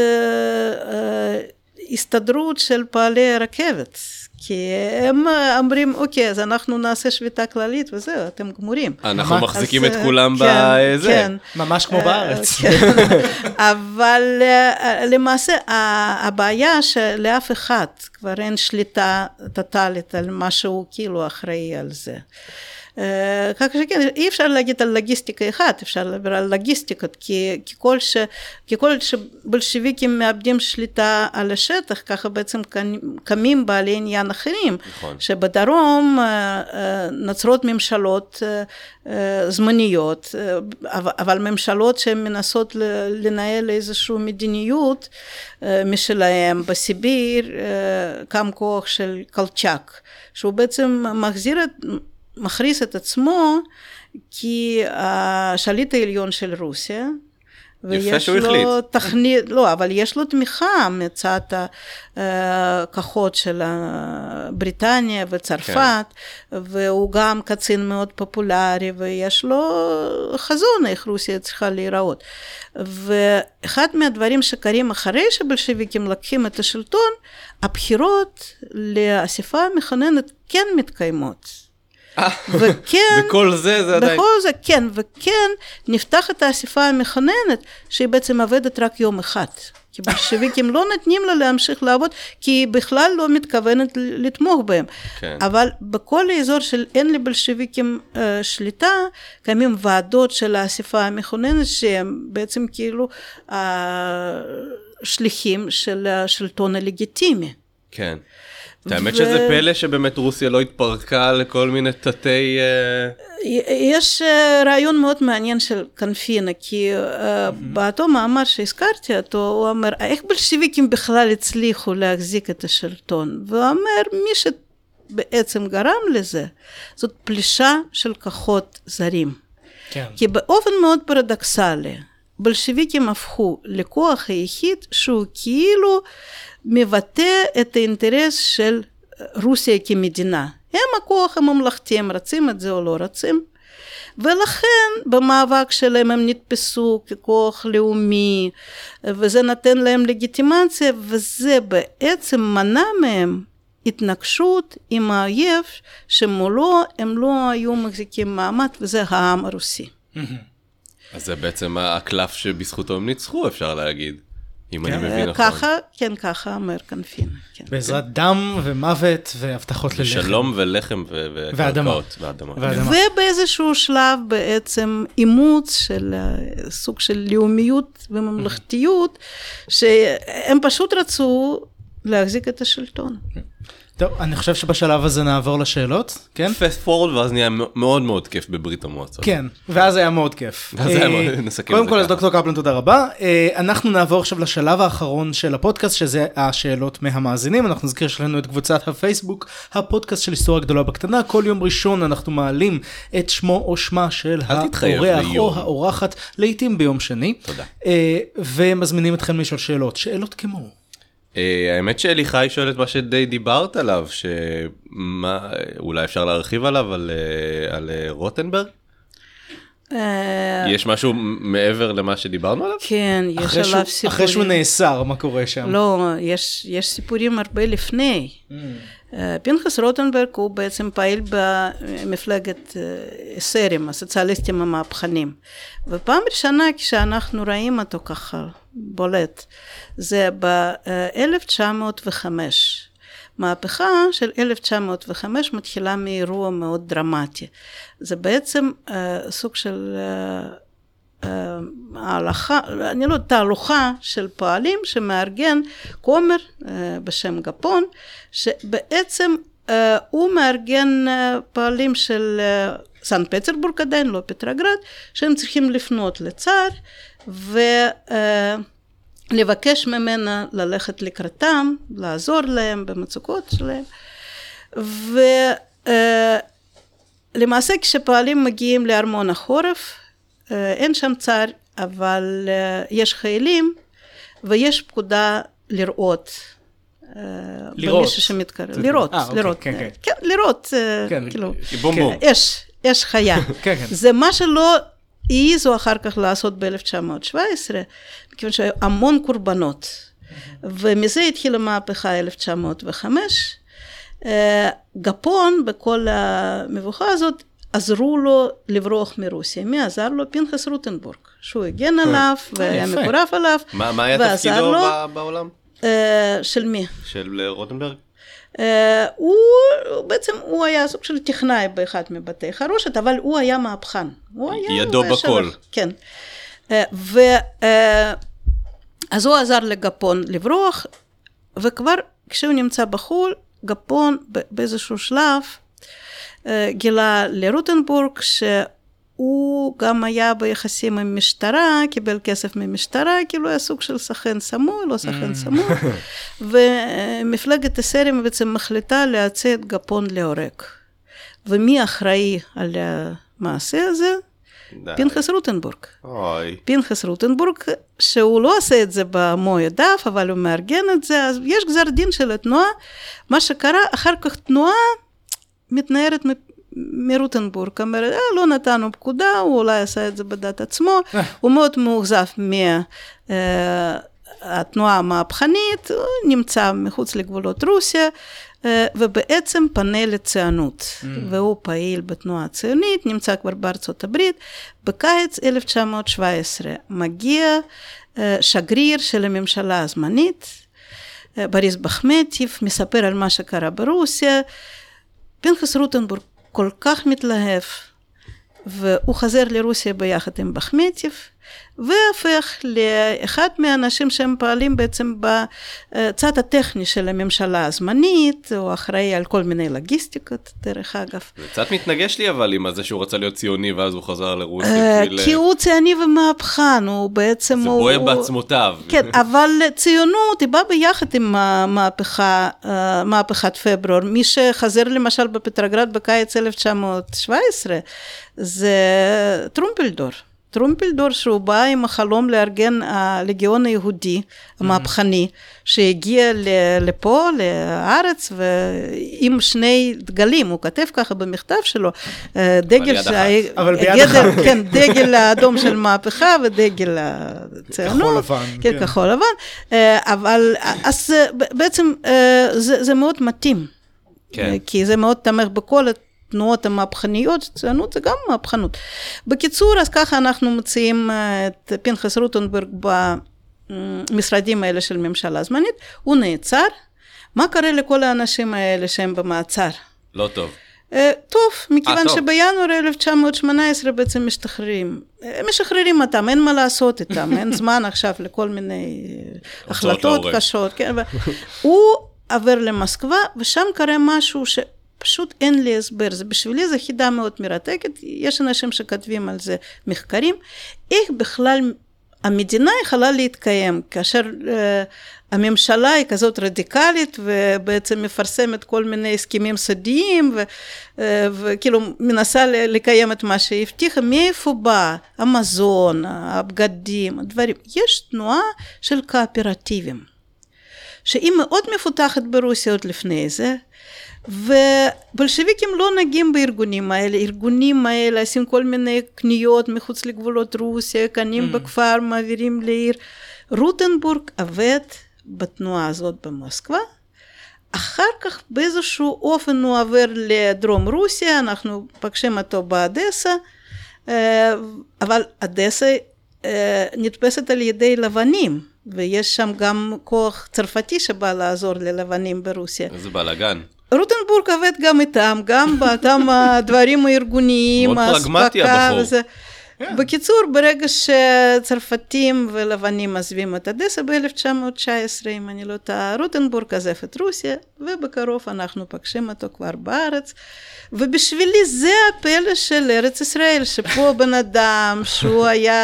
הסתדרות של פעלי הרכבת. כי הם אומרים, אוקיי, אז אנחנו נעשה שביתה כללית וזהו, אתם גמורים. אנחנו מחזיקים את כולם בזה. ממש כמו בארץ. אבל למעשה, הבעיה שלאף אחד, כבר אין שליטה טוטלית על מה שהוא כאילו אחראי על זה. כך שכן, אי אפשר להגיד על לוגיסטיקה אחת, אפשר לדבר על לוגיסטיקות, כי ככל, ש, ככל שבולשוויקים מאבדים שליטה על השטח, ככה בעצם קמים בעלי עניין אחרים, נכון. שבדרום נוצרות ממשלות זמניות, אבל ממשלות שהן מנסות לנהל איזושהי מדיניות משלהם. בסיביר קם כוח של קולצ'אק, שהוא בעצם מחזיר את מכריז את עצמו כשליט העליון של רוסיה, ויש לו תכנית, לא, אבל יש לו תמיכה מצד הכוחות של בריטניה וצרפת, כן. והוא גם קצין מאוד פופולרי, ויש לו חזון איך רוסיה צריכה להיראות. ואחד מהדברים שקרים אחרי שבולשוויקים לקחים את השלטון, הבחירות לאספה המכוננת כן מתקיימות. וכן, וכל זה, זה עדיין... בכל זה, כן, וכן, נפתחת האספה המכוננת, שהיא בעצם עובדת רק יום אחד. כי בולשוויקים לא נתנים לה להמשיך לעבוד, כי היא בכלל לא מתכוונת לתמוך בהם. כן. אבל בכל האזור של אין לבולשוויקים אה, שליטה, קיימים ועדות של האספה המכוננת, שהם בעצם כאילו השליחים של השלטון הלגיטימי. כן. האמת שזה פלא שבאמת רוסיה לא התפרקה לכל מיני תתי... יש רעיון מאוד מעניין של קנפינה, כי באותו מאמר שהזכרתי אותו, הוא אומר, איך בולשוויקים בכלל הצליחו להחזיק את השלטון? והוא אומר, מי שבעצם גרם לזה, זאת פלישה של כוחות זרים. כן. כי באופן מאוד פרדוקסלי, בולשוויקים הפכו לכוח היחיד שהוא כאילו מבטא את האינטרס של רוסיה כמדינה. הם הכוח הממלכתי, הם רצים את זה או לא רצים. ולכן במאבק שלהם הם נתפסו ככוח לאומי, וזה נתן להם לגיטימציה, וזה בעצם מנע מהם התנגשות עם האויב, שמולו הם לא היו מחזיקים מעמד, וזה העם הרוסי. אז זה בעצם הקלף שבזכותו הם ניצחו, אפשר להגיד. אם אני מבין נכון. ככה, כן, ככה אומר קנפינה. בעזרת דם ומוות והבטחות ללחם. שלום ולחם וקרקעות ואדמה. ובאיזשהו שלב בעצם אימוץ של סוג של לאומיות וממלכתיות, שהם פשוט רצו להחזיק את השלטון. טוב, אני חושב שבשלב הזה נעבור לשאלות, כן? פסט פורוד, ואז נהיה מאוד מאוד כיף בברית המועצות. כן, ואז היה מאוד כיף. ואז היה מאוד, נסכם קודם כל, אז דוקטור קפלן, תודה רבה. אנחנו נעבור עכשיו לשלב האחרון של הפודקאסט, שזה השאלות מהמאזינים. אנחנו נזכיר שלנו את קבוצת הפייסבוק, הפודקאסט של היסטוריה גדולה בקטנה. כל יום ראשון אנחנו מעלים את שמו או שמה של האורח או האורחת, לעתים ביום שני. תודה. ומזמינים אתכם לשאול שאלות. שאלות כמו... האמת שאליחי שואלת מה שדי דיברת עליו, שאולי אפשר להרחיב עליו, על רוטנברג? יש משהו מעבר למה שדיברנו עליו? כן, יש עליו סיפורים. אחרי שהוא נאסר, מה קורה שם? לא, יש סיפורים הרבה לפני. פנחס רוטנברג הוא בעצם פעיל במפלגת סרים, הסוציאליסטים המהפכנים. ופעם ראשונה כשאנחנו רואים אותו ככה בולט, זה ב-אלף תשע מאות וחמש. מהפכה של אלף תשע מאות וחמש מתחילה מאירוע מאוד דרמטי. זה בעצם סוג של ההלכה, אני לא, תהלוכה של פועלים שמארגן כומר בשם גפון, שבעצם הוא מארגן פועלים של סנט פטרבורג עדיין, לא פטרגרד, שהם צריכים לפנות לצאר ולבקש ממנה ללכת לקראתם, לעזור להם במצוקות שלהם. ולמעשה כשפועלים מגיעים לארמון החורף, אין שם צאר, אבל יש חיילים, ויש פקודה לראות. לראות? שמתקרב. לראות, לראות. כן, לראות, כאילו, יש חיה. זה מה שלא העיזו אחר כך לעשות ב-אלף תשע מאות שבע עשרה, מכיוון שהיו המון קורבנות. ומזה התחילה מהפכה אלף תשע מאות וחמש. גפון, בכל המבוכה הזאת, עזרו לו לברוח מרוסיה. מי עזר לו? פנחס רוטנבורג, שהוא הגן עליו והיה מקורב עליו. מה היה תפקידו בעולם? של מי? של רוטנברג? הוא בעצם, הוא היה סוג של טכנאי באחד מבתי חרושת, אבל הוא היה מהפכן. ידו בכל. כן. ו... אז הוא עזר לגפון לברוח, וכבר כשהוא נמצא בחול, גפון באיזשהו שלב גילה לרוטנבורג שהוא גם היה ביחסים עם משטרה, קיבל כסף ממשטרה, כאילו היה סוג של סוכן סמוי, לא סוכן סמוי, ומפלגת הסרים בעצם מחליטה להוציא את גפון להורג. ומי אחראי על המעשה הזה? פנחס רוטנבורג. אוי. פנחס רוטנבורג, שהוא לא עושה את זה במו ידיו, אבל הוא מארגן את זה, אז יש גזר דין של התנועה, מה שקרה, אחר כך תנועה מתנערת מרוטנבורג, אומרת, אה, לא נתנו פקודה, הוא אולי עשה את זה בדעת עצמו, הוא מאוד מאוכזב מהתנועה המהפכנית, הוא נמצא מחוץ לגבולות רוסיה, ובעצם פנה לציונות, mm. והוא פעיל בתנועה הציונית, נמצא כבר בארצות הברית. בקיץ אלף תשע מאות שבע עשרה מגיע שגריר של הממשלה הזמנית, בוריס בחמטייב, מספר על מה שקרה ברוסיה. פנחס רוטנבורג כל כך מתלהב, והוא חזר לרוסיה ביחד עם בחמטייב, והפך לאחד מהאנשים שהם פעלים בעצם בצד הטכני של הממשלה הזמנית, הוא אחראי על כל מיני לוגיסטיקות, דרך אגב. זה קצת מתנגש לי אבל עם זה שהוא רצה להיות ציוני ואז הוא חזר לרוסיה. כי הוא ציוני ומהפכן, הוא בעצם... זה בוער בעצמותיו. כן, אבל ציונות היא באה ביחד עם המהפכה, מהפכת פברואר. מי שחזר למשל בפטרגרד בקיץ אלף תשע מאות שבע עשרה, זה טרומפלדור. טרומפלדור שהוא בא עם החלום לארגן הלגיון היהודי המהפכני, שהגיע לפה, לארץ, ועם שני דגלים, הוא כתב ככה במכתב שלו, דגל, אבל ביד אחת. כן, דגל האדום של מהפכה ודגל הציונות. כחול לבן. כן, כחול לבן. אבל אז בעצם זה מאוד מתאים, כי זה מאוד תמך בכל תנועות המהפכניות, ציונות זה גם מהפכנות. בקיצור, אז ככה אנחנו מציעים את פנחס רוטנבורג במשרדים האלה של ממשלה זמנית, הוא נעצר. מה קרה לכל האנשים האלה שהם במעצר? לא טוב. טוב, מכיוון שבינואר אלף תשע מאות שמונה עשרה בעצם משתחררים. משחררים אותם, אין מה לעשות איתם, אין זמן עכשיו לכל מיני החלטות קשות. הוא עבר למוסקבה, ושם קרה משהו ש... פשוט אין לי הסבר, זה בשבילי זה חידה מאוד מרתקת, יש אנשים שכתבים על זה מחקרים, איך בכלל המדינה יכולה להתקיים, כאשר uh, הממשלה היא כזאת רדיקלית, ובעצם מפרסמת כל מיני הסכמים סודיים, ו, uh, וכאילו מנסה לקיים את מה שהבטיחה, מאיפה בא המזון, הבגדים, הדברים, יש תנועה של קואפרטיבים, שהיא מאוד מפותחת ברוסיה עוד לפני זה, ובולשוויקים לא נגעים בארגונים האלה, ארגונים האלה עושים כל מיני קניות מחוץ לגבולות רוסיה, קנים mm. בכפר, מעבירים לעיר. רוטנבורג עבד בתנועה הזאת במוסקבה, אחר כך באיזשהו אופן הוא עובר לדרום רוסיה, אנחנו פגשים אותו באדסה, אבל אדסה נתפסת על ידי לבנים, ויש שם גם כוח צרפתי שבא לעזור ללבנים ברוסיה. איזה בלגן. רוטנבורג עובד גם איתם, גם באותם הדברים הארגוניים, מאוד פרגמטי הבחור. וזה. בקיצור, ברגע שצרפתים ולבנים עזבים את אדסה ב-אלף תשע מאות תשע עשרה, אם אני לא טועה, רוטנבורג עזב את רוסיה, ובקרוב אנחנו פגשים אותו כבר בארץ, ובשבילי זה הפלא של ארץ ישראל, שפה בן אדם שהוא היה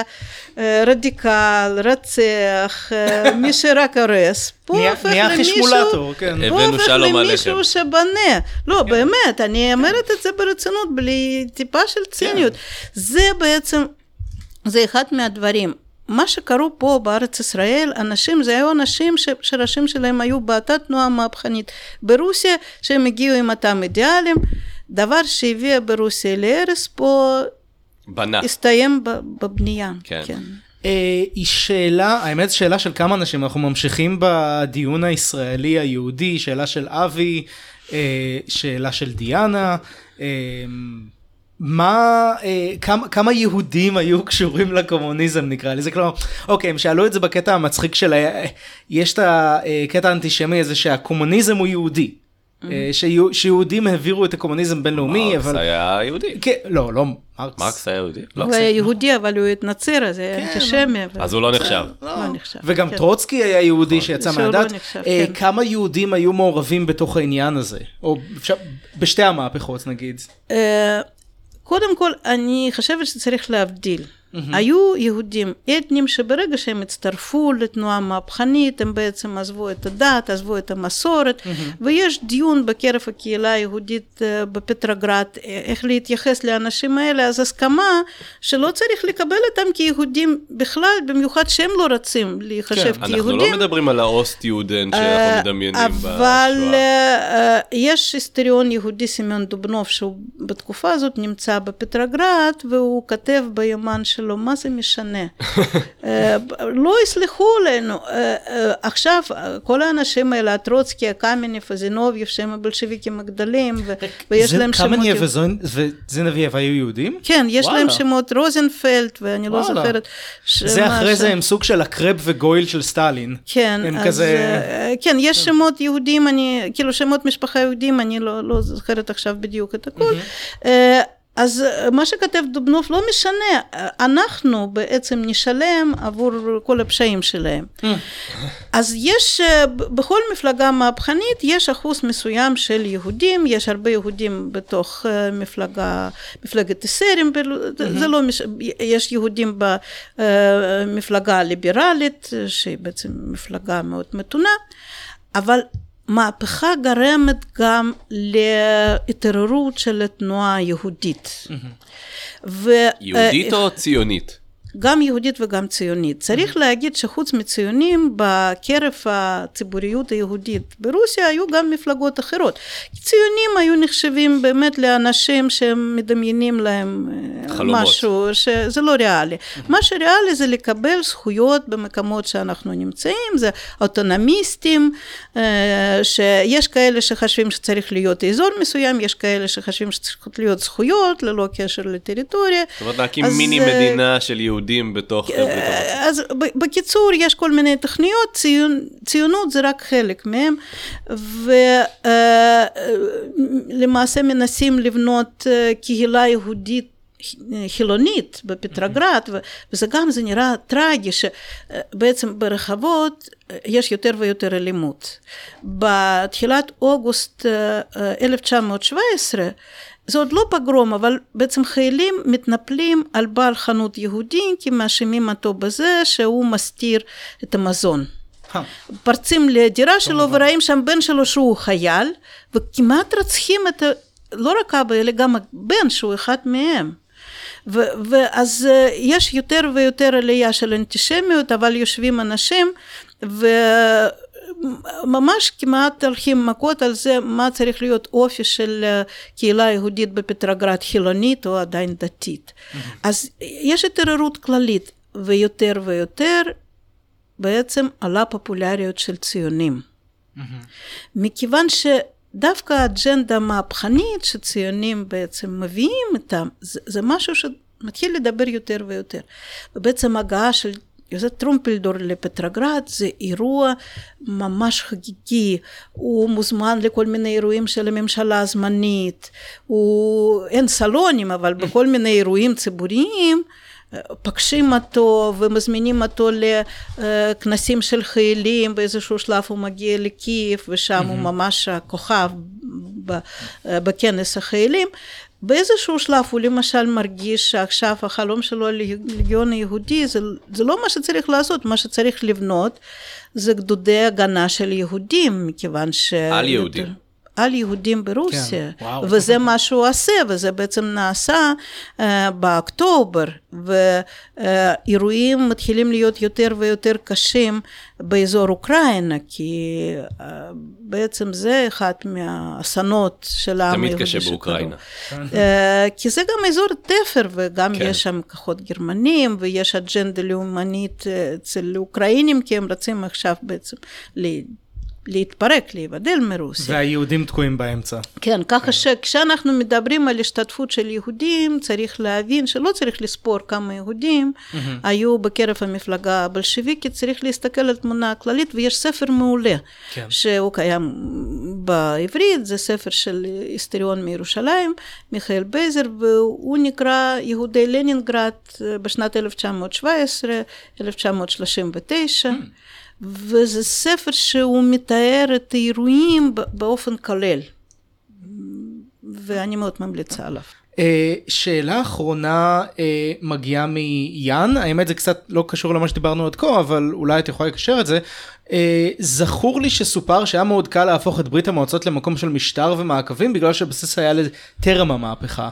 רדיקל, רצח, מי שרק הרס, פה הופך למישהו, פה הופך למישהו שבנה. לא, באמת, אני אומרת את זה ברצינות, בלי טיפה של ציניות. זה בעצם, זה אחד מהדברים. מה שקרו פה בארץ ישראל, אנשים, זה היו אנשים שראשים שלהם היו באותה תנועה מהפכנית ברוסיה, שהם הגיעו עם אותם אידיאלים, דבר שהביא ברוסיה להרס פה, בנה. הסתיים בבנייה. כן. כן. היא שאלה, האמת שאלה של כמה אנשים, אנחנו ממשיכים בדיון הישראלי היהודי, שאלה של אבי, שאלה של דיאנה, מה, כמה, כמה יהודים היו קשורים לקומוניזם נקרא לי, זה כלומר, אוקיי, הם שאלו את זה בקטע המצחיק של, יש את הקטע האנטישמי הזה שהקומוניזם הוא יהודי, שיהודים העבירו את הקומוניזם בינלאומי. מרקס היה יהודי. לא, לא מרקס. מרקס היה יהודי. הוא היה יהודי, אבל הוא התנצר, אז היה אנטישמי. אז הוא לא נחשב. וגם טרוצקי היה יהודי שיצא מהדת. כמה יהודים היו מעורבים בתוך העניין הזה? או בשתי המהפכות נגיד. קודם כל, אני חושבת שצריך להבדיל. היו יהודים אתנים שברגע שהם הצטרפו לתנועה מהפכנית, הם בעצם עזבו את הדת, עזבו את המסורת, ויש דיון בקרב הקהילה היהודית בפטרגרד, איך להתייחס לאנשים האלה, אז הסכמה שלא צריך לקבל אותם כיהודים בכלל, במיוחד שהם לא רוצים להיחשב כיהודים. אנחנו לא מדברים על האוסט-יהודן שאנחנו מדמיינים בשואה. אבל יש היסטוריון יהודי סימון דובנוב, שהוא בתקופה הזאת נמצא בפטרגרד, והוא כתב ביומן של לו, מה זה משנה? לא יסלחו לנו. עכשיו, כל האנשים האלה, טרוצקי, קמניף, זינוביב, שהם הבולשביקים הגדולים, ויש להם שמות... קמניף וזינוביב היו יהודים? כן, יש להם שמות רוזנפלד, ואני לא זוכרת... זה אחרי זה הם סוג של הקרב וגויל של סטלין. כן, כן, יש שמות יהודים, כאילו שמות משפחה יהודים, אני לא זוכרת עכשיו בדיוק את הכל. אז מה שכתב דובנוב לא משנה, אנחנו בעצם נשלם עבור כל הפשעים שלהם. אז יש, בכל מפלגה מהפכנית יש אחוז מסוים של יהודים, יש הרבה יהודים בתוך מפלגה, מפלגת אסרים, זה לא, יש יהודים במפלגה הליברלית, שהיא בעצם מפלגה מאוד מתונה, אבל מהפכה גרמת גם להתעוררות של התנועה היהודית. יהודית או ציונית? גם יהודית וגם ציונית. צריך להגיד שחוץ מציונים, בקרב הציבוריות היהודית ברוסיה היו גם מפלגות אחרות. ציונים היו נחשבים באמת לאנשים שהם מדמיינים להם חלומות. משהו שזה לא ריאלי. מה שריאלי זה לקבל זכויות במקומות שאנחנו נמצאים, זה אוטונומיסטים, שיש כאלה שחשבים שצריך להיות אזור מסוים, יש כאלה שחשבים שצריכות להיות זכויות ללא קשר לטריטוריה. זאת אומרת, להקים מיני מדינה של יהודים. בתוך... אז בקיצור, יש כל מיני תוכניות, ציון, ציונות זה רק חלק מהם, ולמעשה מנסים לבנות קהילה יהודית חילונית בפטרגרד, וזה גם זה נראה טרגי, שבעצם ברחבות יש יותר ויותר אלימות. בתחילת אוגוסט אלף תשע מאות שבע עשרה, זה עוד לא פגרום, אבל בעצם חיילים מתנפלים על בעל חנות יהודי, כי מאשימים אותו בזה שהוא מסתיר את המזון. פרצים לדירה שלו ורואים שם בן שלו שהוא חייל, וכמעט רצחים את, לא רק אבא, אלא גם הבן שהוא אחד מהם. ואז יש יותר ויותר עלייה של אנטישמיות, אבל יושבים אנשים, ו... ממש כמעט הולכים מכות על זה, מה צריך להיות אופי של קהילה יהודית בפטרגרד, חילונית או עדיין דתית. אז יש התעוררות כללית, ויותר ויותר בעצם עלה פופולריות של ציונים. מכיוון שדווקא האג'נדה המהפכנית שציונים בעצם מביאים איתם, זה, זה משהו שמתחיל לדבר יותר ויותר. ובעצם הגעה של יוסף טרומפלדור לפטרגרד זה אירוע ממש חגיגי, הוא מוזמן לכל מיני אירועים של הממשלה הזמנית, הוא אין סלונים, אבל בכל מיני אירועים ציבוריים, פגשים אותו ומזמינים אותו לכנסים של חיילים, באיזשהו שלב הוא מגיע לקייב, ושם הוא ממש הכוכב בכנס החיילים, באיזשהו שלב הוא למשל מרגיש שעכשיו החלום שלו ללגיון היהודי, זה, זה לא מה שצריך לעשות, מה שצריך לבנות זה גדודי הגנה של יהודים, מכיוון ש... על יהודים. על יהודים ברוסיה, כן, וזה מה שהוא עושה, וזה בעצם נעשה uh, באוקטובר, ואירועים uh, מתחילים להיות יותר ויותר קשים באזור אוקראינה, כי uh, בעצם זה אחד מהאסונות של העם היהודי. תמיד קשה באוקראינה. Uh, כי זה גם אזור תפר, וגם כן. יש שם כוחות גרמנים, ויש אג'נדה לאומנית אצל אוקראינים, כי הם רוצים עכשיו בעצם ל... להתפרק, להיבדל מרוסיה. והיהודים תקועים באמצע. כן, ככה שכשאנחנו מדברים על השתתפות של יהודים, צריך להבין שלא צריך לספור כמה יהודים היו בקרב המפלגה הבולשביקית, צריך להסתכל על תמונה הכללית, ויש ספר מעולה, שהוא קיים בעברית, זה ספר של היסטוריון מירושלים, מיכאל בייזר, והוא נקרא יהודי לנינגרד בשנת אלף תשע מאות שבע עשרה אלף תשע מאות שלושים ותשע, וזה ספר שהוא מתאר את האירועים באופן כולל, ואני מאוד ממליצה עליו. שאלה אחרונה מגיעה מיאן, האמת זה קצת לא קשור למה שדיברנו עד כה, אבל אולי את יכולה לקשר את זה. זכור לי שסופר שהיה מאוד קל להפוך את ברית המועצות למקום של משטר ומעקבים, בגלל שבסיס היה לטרם המהפכה.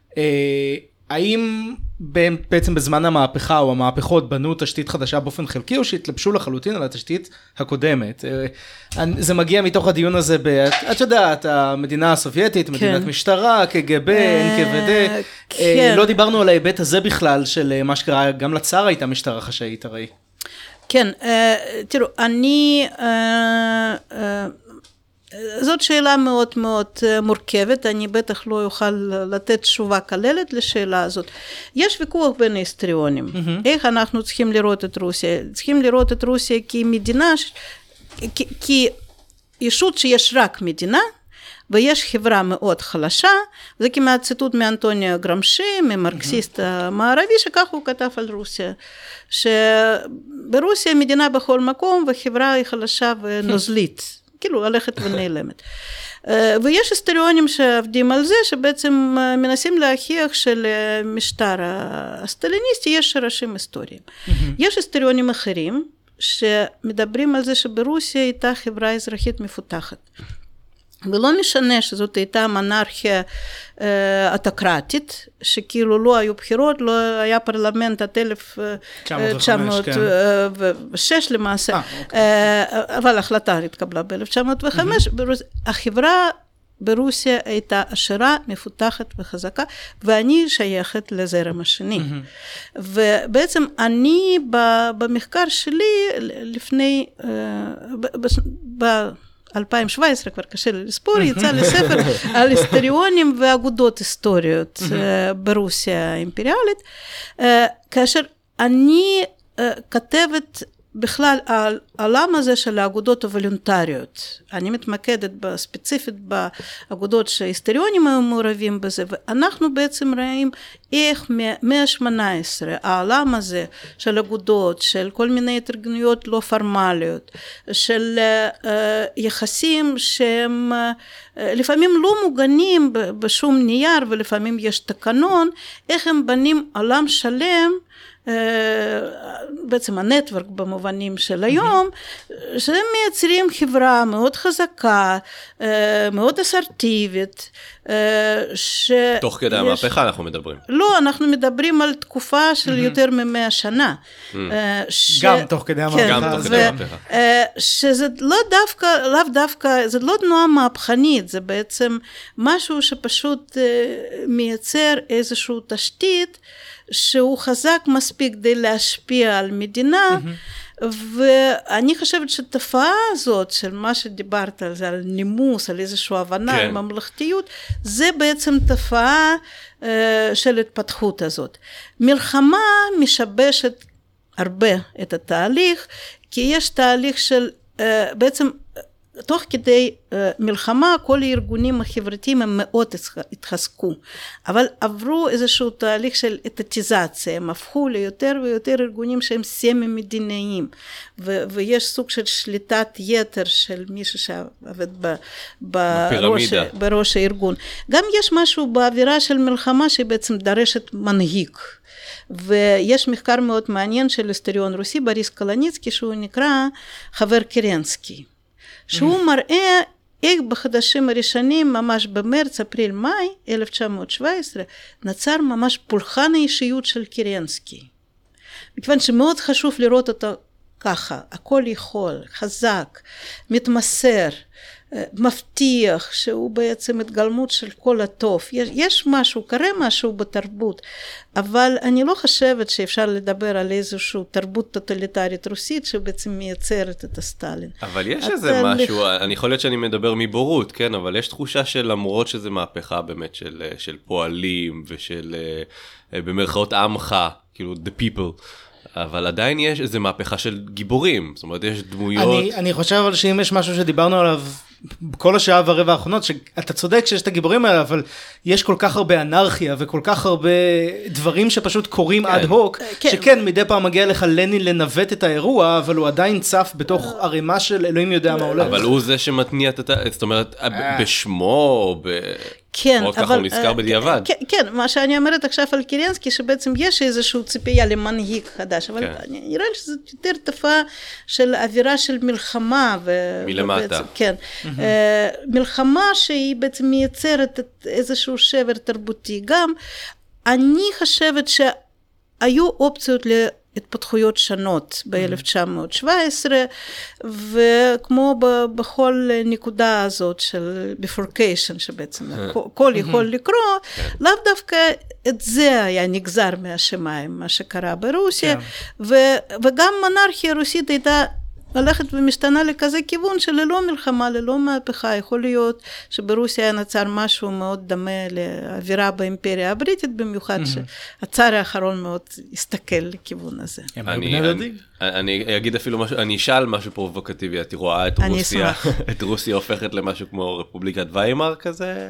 האם בעצם בזמן המהפכה או המהפכות בנו תשתית חדשה באופן חלקי, או שהתלבשו לחלוטין על התשתית הקודמת? זה מגיע מתוך הדיון הזה, את יודעת, המדינה הסובייטית, מדינת משטרה, קג"ב, אן קה וי די, לא דיברנו על ההיבט הזה בכלל, של מה שקרה, גם לצאר הייתה משטרה חשאית הרי. כן, תראו, אני... זאת שאלה מאוד מאוד מורכבת, אני בטח לא אוכל לתת תשובה כללת לשאלה הזאת. יש ויכוח בין ההיסטוריונים, mm-hmm. איך אנחנו צריכים לראות את רוסיה? צריכים לראות את רוסיה כמדינה, כישות שיש רק מדינה, ויש חברה מאוד חלשה, זה כמעט ציטוט מאנטוניו גרמשי, ממרקסיסט המערבי, שכך הוא כתב על רוסיה, שברוסיה מדינה בכל מקום, וחברה היא חלשה ונוזלית. כאילו הלכת ונעלמת. ויש היסטוריונים שעובדים על זה, שבעצם מנסים להוכיח שלמשטר הסטליניסטי יש שורשים היסטוריים. יש היסטוריונים אחרים שמדברים על זה שברוסיה הייתה חברה אזרחית מפותחת. ולא משנה שזאת הייתה מונרכיה אוטוקרטית, שכאילו לא היו בחירות, לא היה פרלמנט עד אלף תשע מאות ושש למעשה, אבל ההחלטה התקבלה ב-אלף תשע מאות וחמש, החברה ברוסיה הייתה עשירה, מפותחת וחזקה, ואני שייכת לזרם השני. ובעצם אני במחקר שלי, לפני, ב... אלפיים שבע עשרה, כבר קשה לספור, יצא לספר על היסטוריונים ואגודות היסטוריות ברוסיה האימפריאלית, כאשר אני כתבת בכלל על העולם הזה של האגודות הוולונטריות. אני מתמקדת ספציפית באגודות שההיסטוריונים היו מעורבים בזה, ואנחנו בעצם רואים איך מהמאה ה-שמונה עשרה העולם הזה של אגודות, של כל מיני התארגנויות לא פורמליות, של יחסים שהם לפעמים לא מוגנים בשום נייר, ולפעמים יש תקנון, איך הם בנים עולם שלם, בעצם הנטוורק במובנים של היום, שהם מייצרים חברה מאוד חזקה, מאוד אסרטיבית. ש... תוך כדי המהפכה אנחנו מדברים. לא, אנחנו מדברים על תקופה של יותר ממאה שנה. ש... גם תוך כדי המהפכה. גם תוך כדי המהפכה. שזה לא דווקא, לאו דווקא, זה לא תנועה מהפכנית, זה בעצם משהו שפשוט מייצר איזושהי תשתית, שהוא חזק מספיק כדי להשפיע על מדינה, ואני חושבת שתופעה הזאת, של מה שדיברת על זה, על נימוס, על איזושהי הבנה, על ממלכתיות, זה בעצם תופעה של התפתחות הזאת. מלחמה משבשת הרבה את התהליך, כי יש תהליך של, בעצם, תוך כדי uh, מלחמה, כל הארגונים החברתיים הם מאוד התחזקו, אבל עברו איזשהו תהליך של אתתיזציה, הם הפכו ליותר ויותר ארגונים שהם סמי-מדינאיים, ו- ויש סוג של שליטת יתר של מישהו שעובד ב- בראש, בראש הארגון. גם יש משהו באווירה של מלחמה שבעצם דרשת מנהיג, ויש מחקר מאוד מעניין של היסטוריון רוסי, בוריס קולוניצקי, שהוא נקרא חבר קרנסקי. שהוא מראה איך בחודשים הראשונים, ממש במרץ, אפריל, מאי, אלף תשע מאות שבע עשרה, נוצר ממש פולחן האישיות של קרנסקי. מכיוון שמאוד חשוב לראות אותו ככה, הכל יכול, חזק, מתמסר, מבטיח, שהוא בעצם התגלמות של כל הטוב. יש, יש משהו, קרה משהו בתרבות, אבל אני לא חושבת שאפשר לדבר על איזושהי תרבות טוטליטרית רוסית, שבעצם מייצרת את הסטלין. אבל יש איזה משהו, לכ... אני יכול להיות שאני מדבר מבורות, כן, אבל יש תחושה של למרות שזה מהפכה באמת של, של פועלים, ושל במרכאות עמך, כאילו the people, אבל עדיין יש איזו מהפכה של גיבורים, זאת אומרת, יש דמויות... אני, אני חושב אבל שאם יש משהו שדיברנו עליו כל השעה והרבע האחרונות, שאתה צודק שיש את הגיבורים האלה, אבל יש כל כך הרבה אנרכיה, וכל כך הרבה דברים שפשוט קורים כן. עד הוק, כן. שכן, מדי פעם מגיע לך לנין לנווט את האירוע, אבל הוא עדיין צף בתוך ערימה של אלוהים יודע מה הולך. אבל הוא זה שמתניע את ה... זאת אומרת, בשמו, ב... כן, עוד ככה הוא נזכר בדיעבד. כן, כן, מה שאני אומרת עכשיו על קירנסקי, שבעצם יש איזושהי ציפייה למנהיג חדש, אבל נראה לי שזו יותר תופעה של אווירה של מלחמה. מלמטה. כן, מלחמה שהיא בעצם מייצרת איזשהו שבר תרבותי. גם אני חושבת שהיו אופציות התפתחויות שונות ב-אלף תשע מאות שבע עשרה, וכמו בכל נקודה הזאת של bifurcation, שבעצם הכל יכול לקרות, לאו דווקא את זה היה נגזר מהשמיים, מה שקרה ברוסיה, וגם מונרכיה רוסית הייתה הולכת ומשתנה לכזה כיוון שללא מלחמה, ללא מהפכה, יכול להיות שברוסיה נוצר משהו מאוד דומה לאווירה באימפריה הבריטית, במיוחד שהצאר האחרון מאוד הסתכל לכיוון הזה. אני אגיד אפילו משהו, אני אשאל משהו פרובוקטיבי, את רואה את רוסיה, את רוסיה הופכת למשהו כמו רפובליקת ויימאר כזה?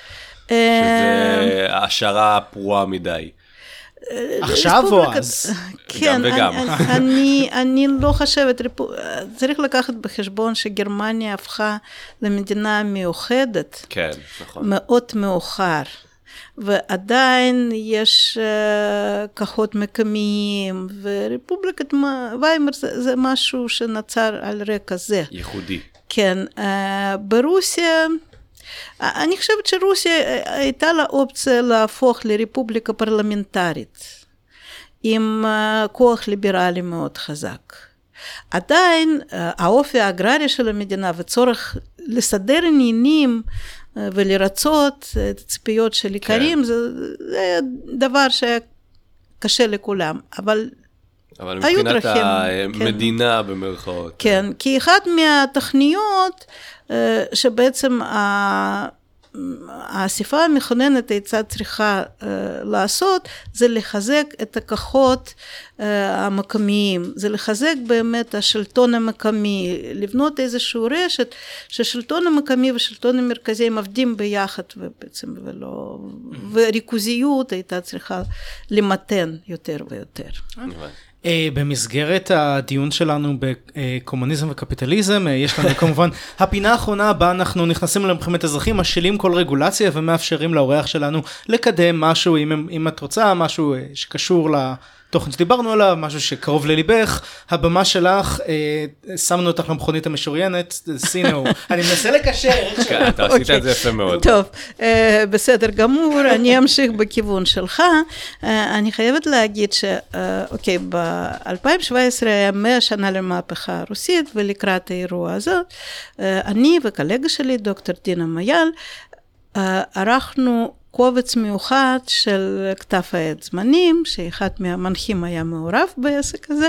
שזה השערה פרועה מדי. עכשיו או אז? כן, אני, אני לא חושבת, צריך לקחת בחשבון שגרמניה הפכה למדינה מיוחדת, כן, נכון. מאוד מאוחר, ועדיין יש כוחות מקומיים, ורפובליקת ויימאר זה, זה משהו שנוצר על רקע זה. ייחודי. כן, ברוסיה... אני חושבת שרוסיה הייתה לה אופציה להפוך לרפובליקה פרלמנטרית, עם כוח ליברלי מאוד חזק. עדיין האופי האגררי של המדינה וצורך לסדר עניינים ולרצות את הציפיות של עיקרים, זה, זה דבר שהיה קשה לכולם, אבל... אבל מבחינת המדינה כן. במרכאות. כן, כי אחת מהתוכניות שבעצם האסיפה המכוננת הייתה צריכה לעשות, זה לחזק את הכוחות המקומיים, זה לחזק באמת השלטון המקומי, לבנות איזשהו רשת שהשלטון המקומי והשלטון המרכזי הם עובדים ביחד, ובעצם ולא, וריכוזיות הייתה צריכה למתן יותר ויותר. במסגרת הדיון שלנו בקומוניזם וקפיטליזם, יש לנו כמובן הפינה האחרונה בה אנחנו נכנסים למלחמת אזרחים, משלים כל רגולציה ומאפשרים לאורח שלנו לקדם משהו, אם, אם את רוצה, משהו שקשור לתוכן שדיברנו עליו, משהו שקרוב לליבך, הבמה שלך, אה, שמנו אותך למכונית המשוריינת, שינו, אני מנסה לקשר. כן, אתה עשית את זה יפה מאוד. טוב, אה, בסדר גמור, אני אמשיך בכיוון שלך, אה, אני חייבת להגיד ש, אה, אוקיי, ב-אלפיים שבע עשרה היה מאה שנה למהפכה הרוסית, ולקראת האירוע הזאת, אה, אני וקולגה שלי, דוקטור דינה מייל, אה, ערכנו קובץ מיוחד של כתב העת זמנים, שאחד מהמנחים היה מעורב בעסק הזה.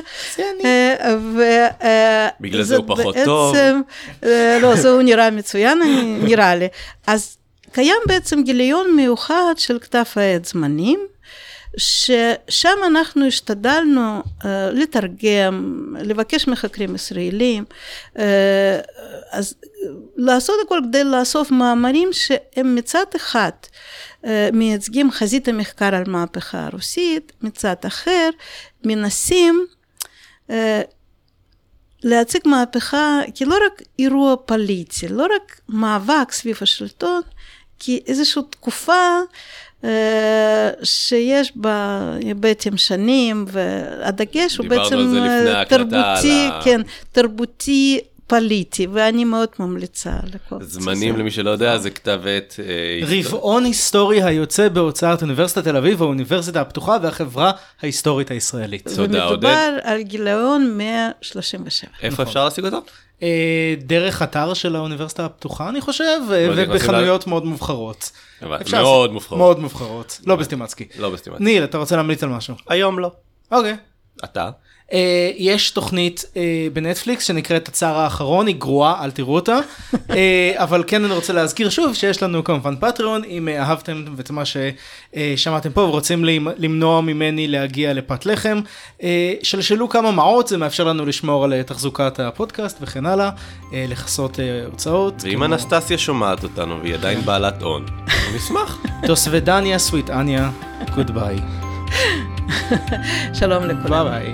בגלל זה הוא פחות טוב. לא, זה הוא נראה מצוין, נראה לי. אז קיים בעצם גיליון מיוחד של כתב העת זמנים, ששם אנחנו השתדלנו uh, לתרגם, לבקש מחקרים ישראלים, uh, אז לעשות הכל כדי לאסוף מאמרים שהם מצד אחד uh, מייצגים חזית המחקר על מהפכה הרוסית, מצד אחר מנסים uh, להציג מהפכה כלא רק אירוע פוליטי, לא רק מאבק סביב השלטון, כי איזושהי תקופה שיש בה היבטים שנים, והדגש הוא בעצם תרבותי, כן, תרבותי פוליטי, ואני מאוד ממליצה לכל זה. זמנים, למי שלא יודע, זה כתב עת... רבעון היסטורי היוצא בהוצאת אוניברסיטת תל אביב, האוניברסיטה הפתוחה והחברה ההיסטורית הישראלית. תודה, עודד. ומדובר על גיליון מאה שלושים ושבע. איפה אפשר להשיג אותו? דרך אתר של האוניברסיטה הפתוחה, אני חושב, ובחנויות מאוד מובחרות. מאוד מובחרות. מאוד מובחרות. לא בסטימצקי. לא בסטימצקי. ניל, אתה רוצה להמליץ על משהו? היום לא. אוקיי. אתה? יש תוכנית בנטפליקס שנקראת הצער האחרון, היא גרועה, אל תראו אותה, אבל כן אני רוצה להזכיר שוב שיש לנו כמובן פטריון, אם אהבתם את מה ששמעתם פה ורוצים למנוע ממני להגיע לפת לחם, שלשלו כמה מעות, זה מאפשר לנו לשמור על תחזוקת הפודקאסט וכן הלאה, לחסות הוצאות. ואם אנסטסיה שומעת אותנו והיא עדיין בעלת הון, אני אשמח. תוסבדניה, סוויט אניה, גוד ביי. שלום לכולם. ביי ביי.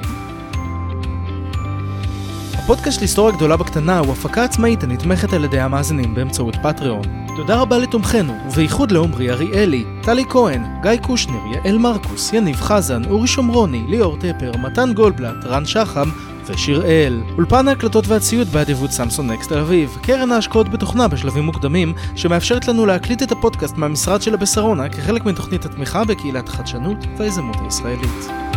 הפודקאסט להיסטוריה גדולה בקטנה הוא הפקה עצמאית הנתמכת על ידי המאזינים באמצעות פטריון. תודה רבה לתומכנו, ובייחוד לעומרי אריאלי, טלי כהן, גיא קושניר, יעל מרקוס, יניב חזן, אורי שומרוני, ליאור טפר, מתן גולדבלט, רן שחם ושיר אל. אולפן ההקלטות והציוד באדיבות סמסון נקסט תל אביב, קרן ההשקעות בתוכנה בשלבים מוקדמים, שמאפשרת לנו להקליט את הפודקאסט מהמשרד של הבשרונה כחלק מתוכנית התמיכה בקהילת החדשנות והיזמות הישראלית.